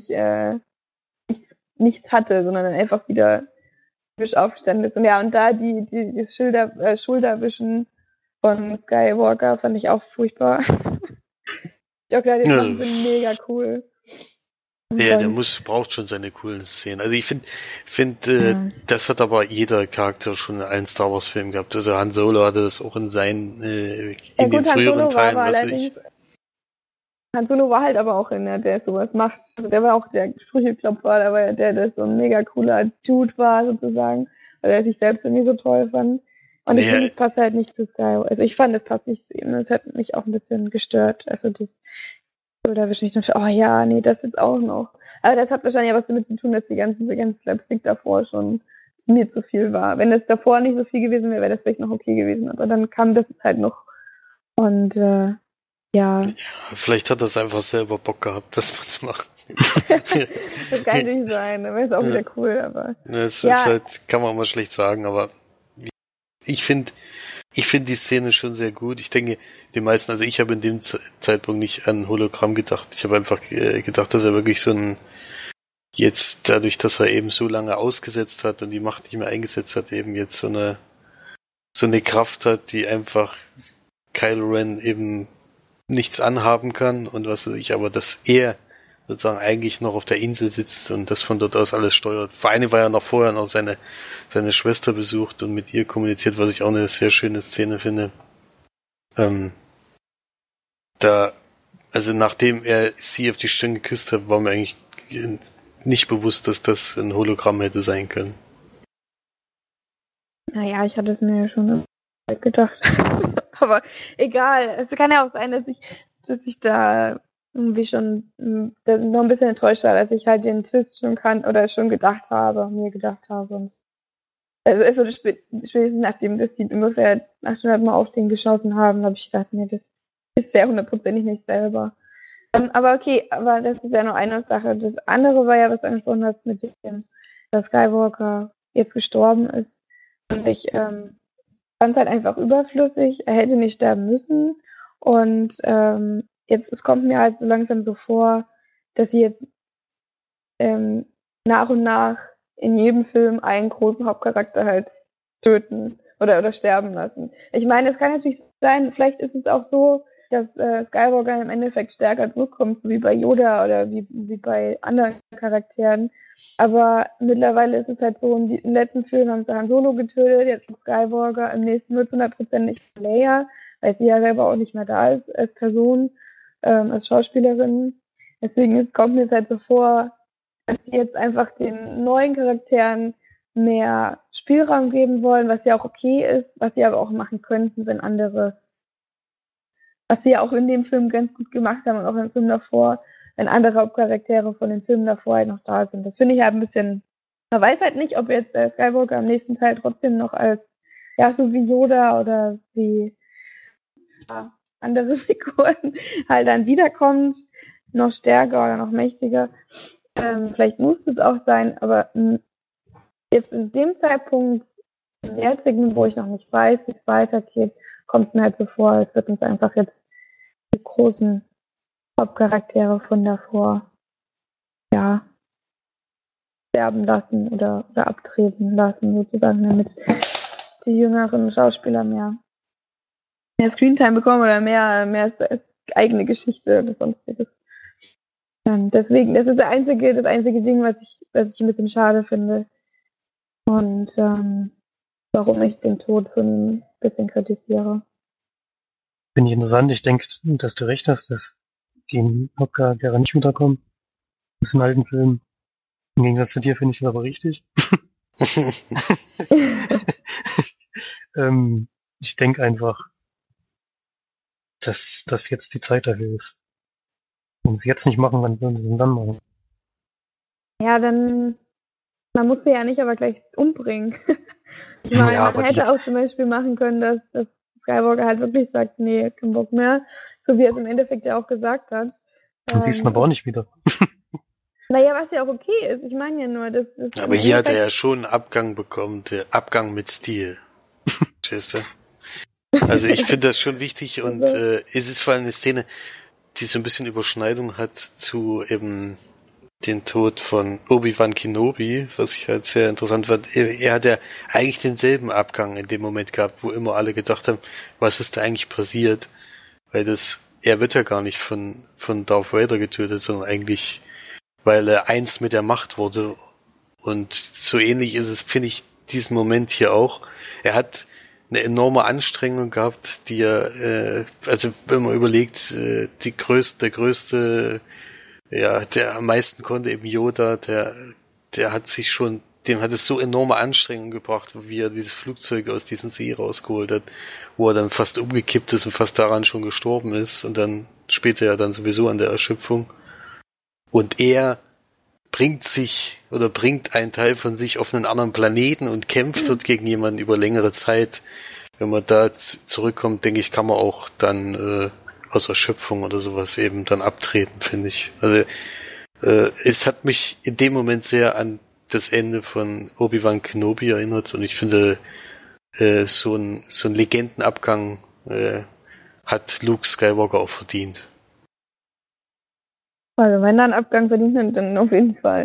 nichts hatte, sondern dann einfach wieder frisch aufgestanden ist. Und ja, und da das Schulterwischen von Skywalker fand ich auch furchtbar. Die Sachen sind mega cool. Der braucht schon seine coolen Szenen. Also ich finde, das hat aber jeder Charakter schon in allen Star Wars Filmen gehabt. Also Han Solo hatte das auch in den früheren Teilen, was weiß ich. Han Solo war halt aber auch der sowas macht. Also der war auch der Sprücheklopfer, aber der so ein mega cooler Dude war sozusagen, weil er sich selbst irgendwie so toll fand. Und ich finde, es passt halt nicht zu Skywalker. Also ich fand, es passt nicht zu ihm. Das hat mich auch ein bisschen gestört. Also das Schulterwischen, ich dachte, oh ja, nee, das jetzt auch noch. Aber das hat wahrscheinlich auch was damit zu tun, dass die ganze Slapstick davor schon mir zu viel war. Wenn das davor nicht so viel gewesen wäre, wäre das vielleicht noch okay gewesen. Aber dann kam das jetzt halt noch. Und ja. Vielleicht hat er es einfach selber Bock gehabt, das mal zu machen. Das kann natürlich sein, dann wäre es auch wieder cool, aber. Das ist halt, kann man mal schlecht sagen, aber ich finde die Szene schon sehr gut. Ich denke, die meisten, also ich habe in dem Zeitpunkt nicht an Hologramm gedacht. Ich habe einfach gedacht, dass er wirklich jetzt dadurch, dass er eben so lange ausgesetzt hat und die Macht nicht mehr eingesetzt hat, eben jetzt so eine Kraft hat, die einfach Kylo Ren eben nichts anhaben kann und was weiß ich, aber dass er sozusagen eigentlich noch auf der Insel sitzt und das von dort aus alles steuert. Vor allem war er noch vorher noch seine Schwester besucht und mit ihr kommuniziert, was ich auch eine sehr schöne Szene finde. Also nachdem er sie auf die Stirn geküsst hat, war mir eigentlich nicht bewusst, dass das ein Hologramm hätte sein können. Naja, ich hatte es mir ja schon gedacht. Aber egal. Es kann ja auch sein, dass ich da irgendwie schon noch ein bisschen enttäuscht war, dass ich halt den Twist schon schon mir gedacht habe. Und also spätestens nachdem das die ungefähr 800 Mal auf den geschossen haben, habe ich gedacht, nee, das ist ja hundertprozentig nicht selber. Aber okay, aber das ist ja nur eine Sache. Das andere war ja, was du angesprochen hast, mit dem, dass Skywalker jetzt gestorben ist. Und ich fand es halt einfach überflüssig. Er hätte nicht sterben müssen. Und es kommt mir halt so langsam so vor, dass sie jetzt nach und nach in jedem Film einen großen Hauptcharakter halt töten oder sterben lassen. Ich meine, es kann natürlich sein, vielleicht ist es auch so, dass Skywalker im Endeffekt stärker zurückkommt, so wie bei Yoda oder wie bei anderen Charakteren. Aber mittlerweile ist es halt so, im letzten Film haben sie Han Solo getötet, jetzt Skywalker, im nächsten wird es 100% nicht Leia, weil sie ja selber auch nicht mehr da ist als Person, als Schauspielerin. Deswegen kommt mir es halt so vor, dass sie jetzt einfach den neuen Charakteren mehr Spielraum geben wollen, was ja auch okay ist, was sie aber auch machen könnten, wenn andere, was sie ja auch in dem Film ganz gut gemacht haben und auch im Film davor, wenn andere Hauptcharaktere von den Filmen davor halt noch da sind. Das finde ich halt ein bisschen, man weiß halt nicht, ob jetzt der Skywalker im nächsten Teil trotzdem noch als, ja, so wie Yoda oder wie ja, andere Figuren halt dann wiederkommt, noch stärker oder noch mächtiger. Vielleicht muss es auch sein, aber jetzt in dem Zeitpunkt, im jetzigen, wo ich noch nicht weiß, wie es weitergeht, kommt es mir halt so vor, es wird uns einfach jetzt die großen Hauptcharaktere von davor, ja, sterben lassen oder abtreten lassen, sozusagen, damit die jüngeren Schauspieler mehr Screentime bekommen oder mehr eigene Geschichte oder sonstiges. Deswegen, das ist das einzige Ding, was ich ein bisschen schade finde. Und warum ich den Tod ein bisschen kritisiere. Finde ich interessant. Ich denke, dass du recht hast, dass die Hauptcharaktere nicht wiederkommen. Das in alten Filmen. Im Gegensatz zu dir finde ich das aber richtig. Ich denke einfach, dass das jetzt die Zeit dafür ist. Wenn sie jetzt nicht machen, wann würden sie es dann machen? Ja, dann, man muss sie ja nicht aber gleich umbringen. Ich meine, Ja, man hätte auch zum Beispiel machen können, dass Skywalker halt wirklich sagt, nee, kein Bock mehr. So wie er es im Endeffekt ja auch gesagt hat. Dann siehst du ihn aber auch nicht wieder. Naja, was ja auch okay ist. Ich meine ja nur, dass aber hier hat er ja schon einen Abgang bekommen, der Abgang mit Stil. Verstehst du? Also ich finde das schon wichtig und es ist vor allem eine Szene, die so ein bisschen Überschneidung hat zu eben den Tod von Obi-Wan Kenobi, was ich halt sehr interessant fand. Er hat ja eigentlich denselben Abgang in dem Moment gehabt, wo immer alle gedacht haben, was ist da eigentlich passiert? Weil er wird ja gar nicht von Darth Vader getötet, sondern eigentlich, weil er eins mit der Macht wurde. Und so ähnlich ist es, finde ich, diesen Moment hier auch. Er hat eine enorme Anstrengung gehabt, die er, also wenn man überlegt, der größte, ja, der am meisten konnte eben Yoda, der hat sich schon, dem hat es so enorme Anstrengungen gebracht, wie er dieses Flugzeug aus diesem See rausgeholt hat, wo er dann fast umgekippt ist und fast daran schon gestorben ist und dann später ja dann sowieso an der Erschöpfung. Und er bringt einen Teil von sich auf einen anderen Planeten und kämpft dort gegen jemanden über längere Zeit. Wenn man da zurückkommt, denke ich, kann man auch dann aus Erschöpfung oder sowas eben dann abtreten, finde ich. Also es hat mich in dem Moment sehr an das Ende von Obi-Wan Kenobi erinnert und ich finde, so ein Legendenabgang hat Luke Skywalker auch verdient. Also wenn da ein Abgang verdient hat, dann auf jeden Fall.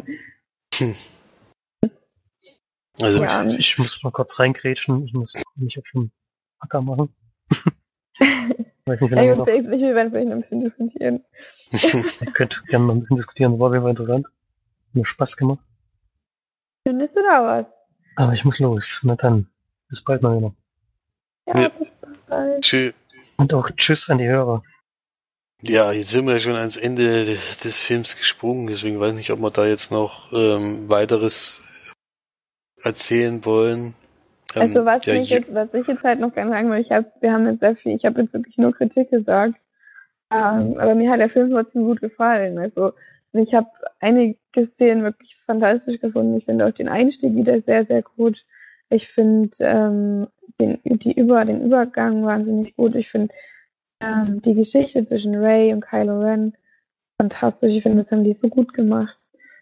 Also ja. Ich muss mal kurz reingrätschen. Ich muss mich auf den Acker machen. Weiß nicht, wie lange noch. Wir werden vielleicht noch ein bisschen diskutieren. Ihr könnt gerne noch ein bisschen diskutieren. Das war auf jeden Fall interessant. Hat mir Spaß gemacht. Findest du da was? Aber ich muss los. Na dann. Bis bald mal wieder. Ja, bis bald. Tschüss. Und auch tschüss an die Hörer. Ja, jetzt sind wir schon ans Ende des Films gesprungen, deswegen weiß ich nicht, ob wir da jetzt noch weiteres erzählen wollen. Also was ich jetzt halt noch gerne sagen will, ich habe jetzt wirklich nur Kritik gesagt, aber mir hat der Film trotzdem gut gefallen. Also ich habe einige Szenen wirklich fantastisch gefunden. Ich finde auch den Einstieg wieder sehr, sehr gut. Ich finde den Übergang wahnsinnig gut. Ich finde die Geschichte zwischen Rey und Kylo Ren fantastisch. Ich finde, das haben die so gut gemacht.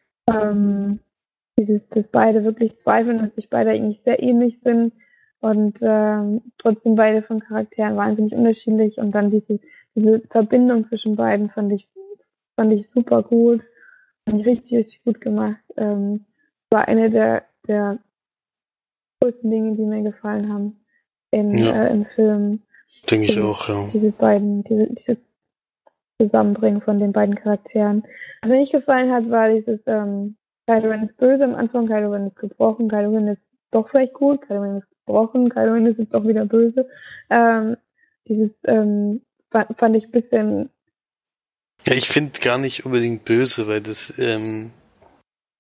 Dass beide wirklich zweifeln, dass sich beide eigentlich sehr ähnlich sind und trotzdem beide von Charakteren wahnsinnig unterschiedlich und dann diese Verbindung zwischen beiden fand ich super gut. Fand ich richtig, richtig gut gemacht. War eine der größten Dinge, die mir gefallen haben im Film. Denke ich auch, ja. Diese Zusammenbringen von den beiden Charakteren. Was mir nicht gefallen hat, war dieses Kylo Ren ist böse am Anfang, Kylo Ren ist gebrochen, Kylo Ren ist doch vielleicht gut, Kylo Ren ist gebrochen, Kylo Ren ist jetzt doch wieder böse. Fand ich ein bisschen... Ja, ich finde gar nicht unbedingt böse, weil das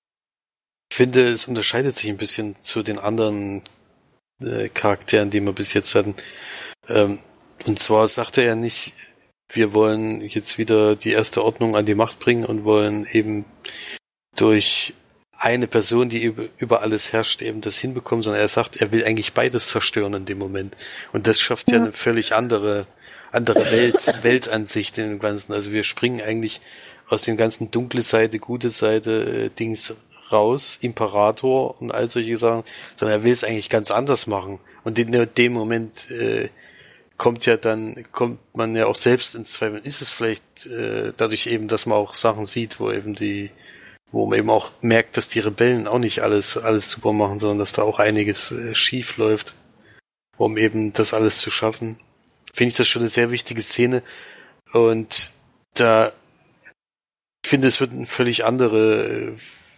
Ich finde, es unterscheidet sich ein bisschen zu den anderen Charakteren, die wir bis jetzt hatten. Und zwar sagt er ja nicht, wir wollen jetzt wieder die erste Ordnung an die Macht bringen und wollen eben durch eine Person, die über alles herrscht, eben das hinbekommen, sondern er sagt, er will eigentlich beides zerstören in dem Moment. Und das schafft ja eine völlig andere Weltansicht in dem Ganzen. Also wir springen eigentlich aus dem ganzen dunkle Seite, gute Seite Dings raus, Imperator und all solche Sachen, sondern er will es eigentlich ganz anders machen. Und in dem Moment kommt man ja auch selbst ins Zweifeln. Ist es vielleicht dadurch eben, dass man auch Sachen sieht, wo man eben auch merkt, dass die Rebellen auch nicht alles super machen, sondern dass da auch einiges schief läuft, um eben das alles zu schaffen. Finde ich das schon eine sehr wichtige Szene. Und da ich finde, es wird ein völlig andere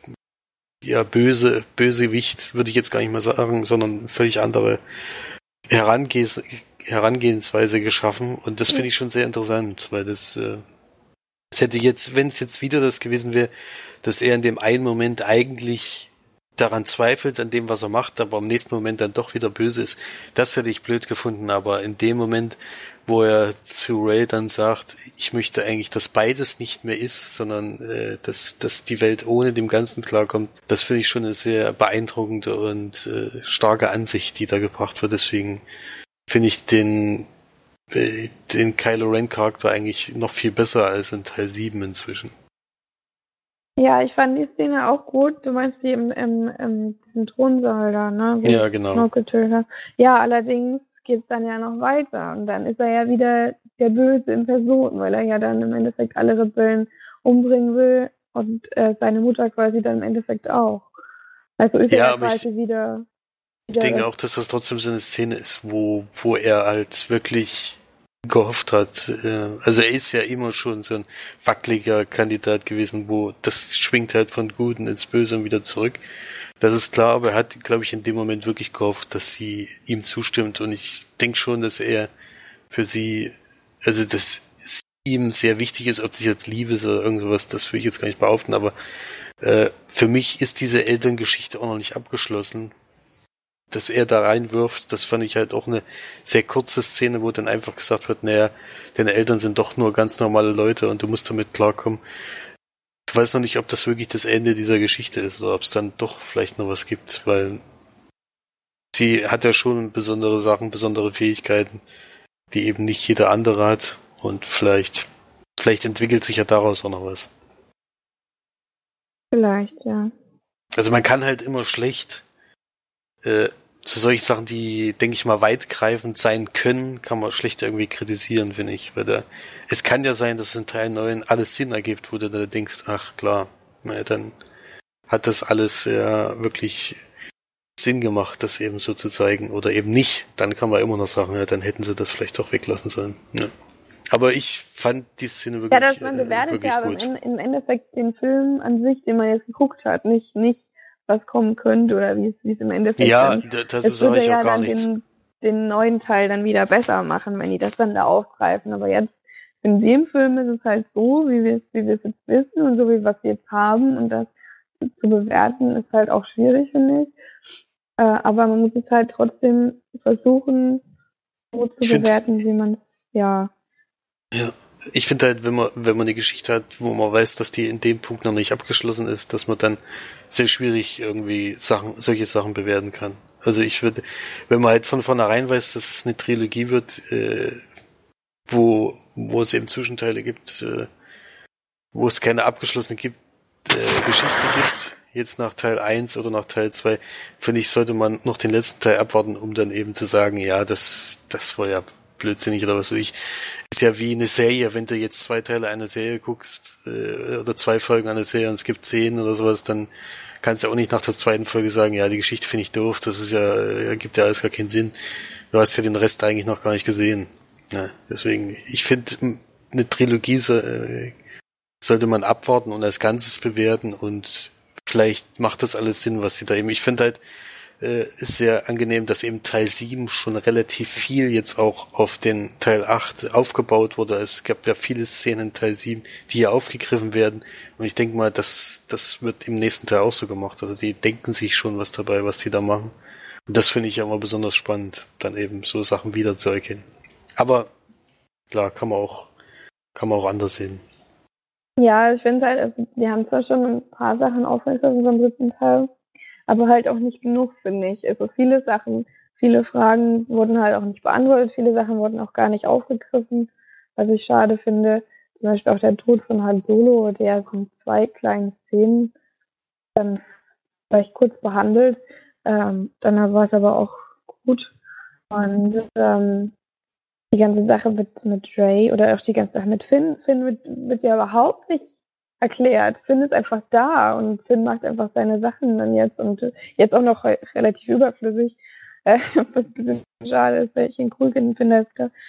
Bösewicht, würde ich jetzt gar nicht mal sagen, sondern eine völlig andere Herangehensweise geschaffen. Und das finde ich schon sehr interessant, weil das hätte jetzt, wenn es jetzt wieder das gewesen wäre, dass er in dem einen Moment eigentlich daran zweifelt, an dem, was er macht, aber im nächsten Moment dann doch wieder böse ist, das hätte ich blöd gefunden. Aber in dem Moment, wo er zu Rey dann sagt, ich möchte eigentlich, dass beides nicht mehr ist, sondern dass die Welt ohne dem Ganzen klarkommt, das finde ich schon eine sehr beeindruckende und starke Ansicht, die da gebracht wird. Deswegen finde ich den Kylo Ren Charakter eigentlich noch viel besser als in Teil 7 inzwischen. Ja, ich fand die Szene auch gut. Du meinst die im diesem Thronsaal da, ne? Wo Ja, genau. Snoke getötet hat. Ja, allerdings geht's dann ja noch weiter und dann ist er ja wieder der Böse in Person, weil er ja dann im Endeffekt alle Rebellen umbringen will und seine Mutter quasi dann im Endeffekt auch. Also ist er ja quasi wieder ich denke auch, dass das trotzdem so eine Szene ist, wo er halt wirklich gehofft hat. Also er ist ja immer schon so ein wackeliger Kandidat gewesen, wo das schwingt halt von Guten ins Böse und wieder zurück. Das ist klar, aber er hat, glaube ich, in dem Moment wirklich gehofft, dass sie ihm zustimmt. Und ich denke schon, dass er für sie, also dass es ihm sehr wichtig ist, ob das jetzt Liebe ist oder irgend sowas, das will ich jetzt gar nicht behaupten, aber für mich ist diese Elterngeschichte auch noch nicht abgeschlossen. Dass er da reinwirft, das fand ich halt auch eine sehr kurze Szene, wo dann einfach gesagt wird, naja, deine Eltern sind doch nur ganz normale Leute und du musst damit klarkommen. Ich weiß noch nicht, ob das wirklich das Ende dieser Geschichte ist oder ob es dann doch vielleicht noch was gibt, weil sie hat ja schon besondere Sachen, besondere Fähigkeiten, die eben nicht jeder andere hat und vielleicht entwickelt sich ja daraus auch noch was. Vielleicht, ja. Also man kann halt immer schlecht zu solchen Sachen, die, denke ich mal, weitgreifend sein können, kann man schlecht irgendwie kritisieren, finde ich. Weil es kann ja sein, dass in Teil 9 alles Sinn ergibt, wo du da denkst, ach klar, naja, dann hat das alles ja wirklich Sinn gemacht, das eben so zu zeigen. Oder eben nicht. Dann kann man immer noch sagen, ja, dann hätten sie das vielleicht auch weglassen sollen. Ja. Aber ich fand die Szene wirklich gut. Ja, man bewertet ja aber im Endeffekt den Film an sich, den man jetzt geguckt hat, nicht was kommen könnte oder wie es im Endeffekt ja, das ist auch ja gar nichts. Den neuen Teil dann wieder besser machen, wenn die das dann da aufgreifen. Aber jetzt in dem Film ist es halt so, wie wir es jetzt wissen und so wie was wir jetzt haben und das zu bewerten ist halt auch schwierig, finde ich. Aber man muss es halt trotzdem versuchen, so zu bewerten, wie man es, ja. Ja. Ich finde halt, wenn man eine Geschichte hat, wo man weiß, dass die in dem Punkt noch nicht abgeschlossen ist, dass man dann sehr schwierig irgendwie solche Sachen bewerten kann. Also ich würde, wenn man halt von vornherein weiß, dass es eine Trilogie wird, wo es eben Zwischenteile gibt, wo es keine abgeschlossene Geschichte gibt, jetzt nach Teil 1 oder nach Teil 2, finde ich, sollte man noch den letzten Teil abwarten, um dann eben zu sagen, ja, das war ja blödsinnig oder was weiß ich. Ist ja wie eine Serie, wenn du jetzt 2 Teile einer Serie guckst, oder 2 Folgen einer Serie und es gibt 10 oder sowas, dann kannst du auch nicht nach der 2. Folge sagen, ja, die Geschichte finde ich doof, das ist ja, gibt ja alles gar keinen Sinn. Du hast ja den Rest eigentlich noch gar nicht gesehen. Ja, deswegen, ich finde, eine Trilogie sollte man abwarten und als Ganzes bewerten und vielleicht macht das alles Sinn, was sie da eben, ich finde halt, ist sehr angenehm, dass eben Teil 7 schon relativ viel jetzt auch auf den Teil 8 aufgebaut wurde. Es gab ja viele Szenen in Teil 7, die hier aufgegriffen werden. Und ich denke mal, das wird im nächsten Teil auch so gemacht. Also die denken sich schon was dabei, was die da machen. Und das finde ich ja immer besonders spannend, dann eben so Sachen wiederzuerkennen. Aber klar, kann man auch anders sehen. Ja, ich finde halt, also wir haben zwar schon ein paar Sachen aufgegriffen vom 7. Teil, aber halt auch nicht genug, finde ich. Also viele Sachen, viele Fragen wurden halt auch nicht beantwortet, viele Sachen wurden auch gar nicht aufgegriffen, was ich schade finde. Zum Beispiel auch der Tod von Han Solo, der ist in 2 kleinen Szenen vielleicht kurz behandelt. Dann war es aber auch gut. Und die ganze Sache mit Rey oder auch die ganze Sache mit Finn wird ja überhaupt nicht erklärt. Finn ist einfach da und Finn macht einfach seine Sachen dann jetzt und jetzt auch noch relativ überflüssig. Was ein bisschen schade ist, weil ich ihn cool finde.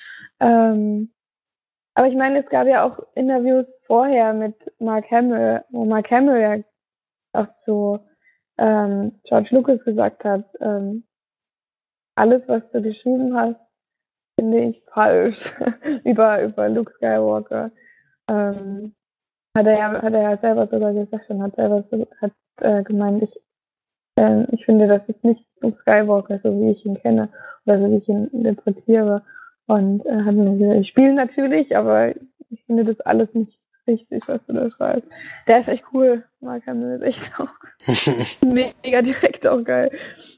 Aber ich meine, es gab ja auch Interviews vorher mit Mark Hamill, wo Mark Hamill ja auch zu George Lucas gesagt hat, alles, was du geschrieben hast, finde ich falsch über Luke Skywalker. Hat er ja selber sogar gesagt und hat gemeint, ich finde, das ist nicht Luke Skywalker, so wie ich ihn kenne oder so wie ich ihn interpretiere. Und hat mir gesagt, ich spiele natürlich, aber ich finde das alles nicht richtig, was du da schreibst. Der ist echt cool. Mark Hamill ist echt auch mega direkt auch geil.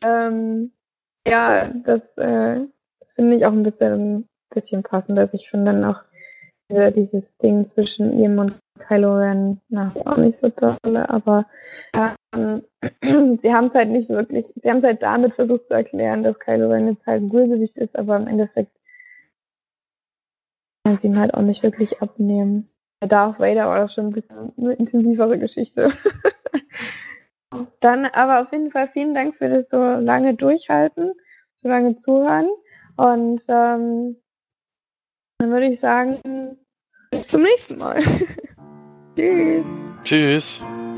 Ja, das finde ich auch ein bisschen passend. Also ich finde dann auch dieses Ding zwischen ihm und Kylo Ren auch nicht so toll, aber sie haben es halt nicht wirklich, sie haben es halt damit versucht zu erklären, dass Kylo Ren jetzt halt ein Bösewicht ist, aber im Endeffekt kann sie ihm halt auch nicht wirklich abnehmen. Bei Darth Vader war das schon ein bisschen eine intensivere Geschichte. Dann aber auf jeden Fall vielen Dank für das so lange Durchhalten, so lange Zuhören und dann würde ich sagen, bis zum nächsten Mal. Tschüss. Tschüss.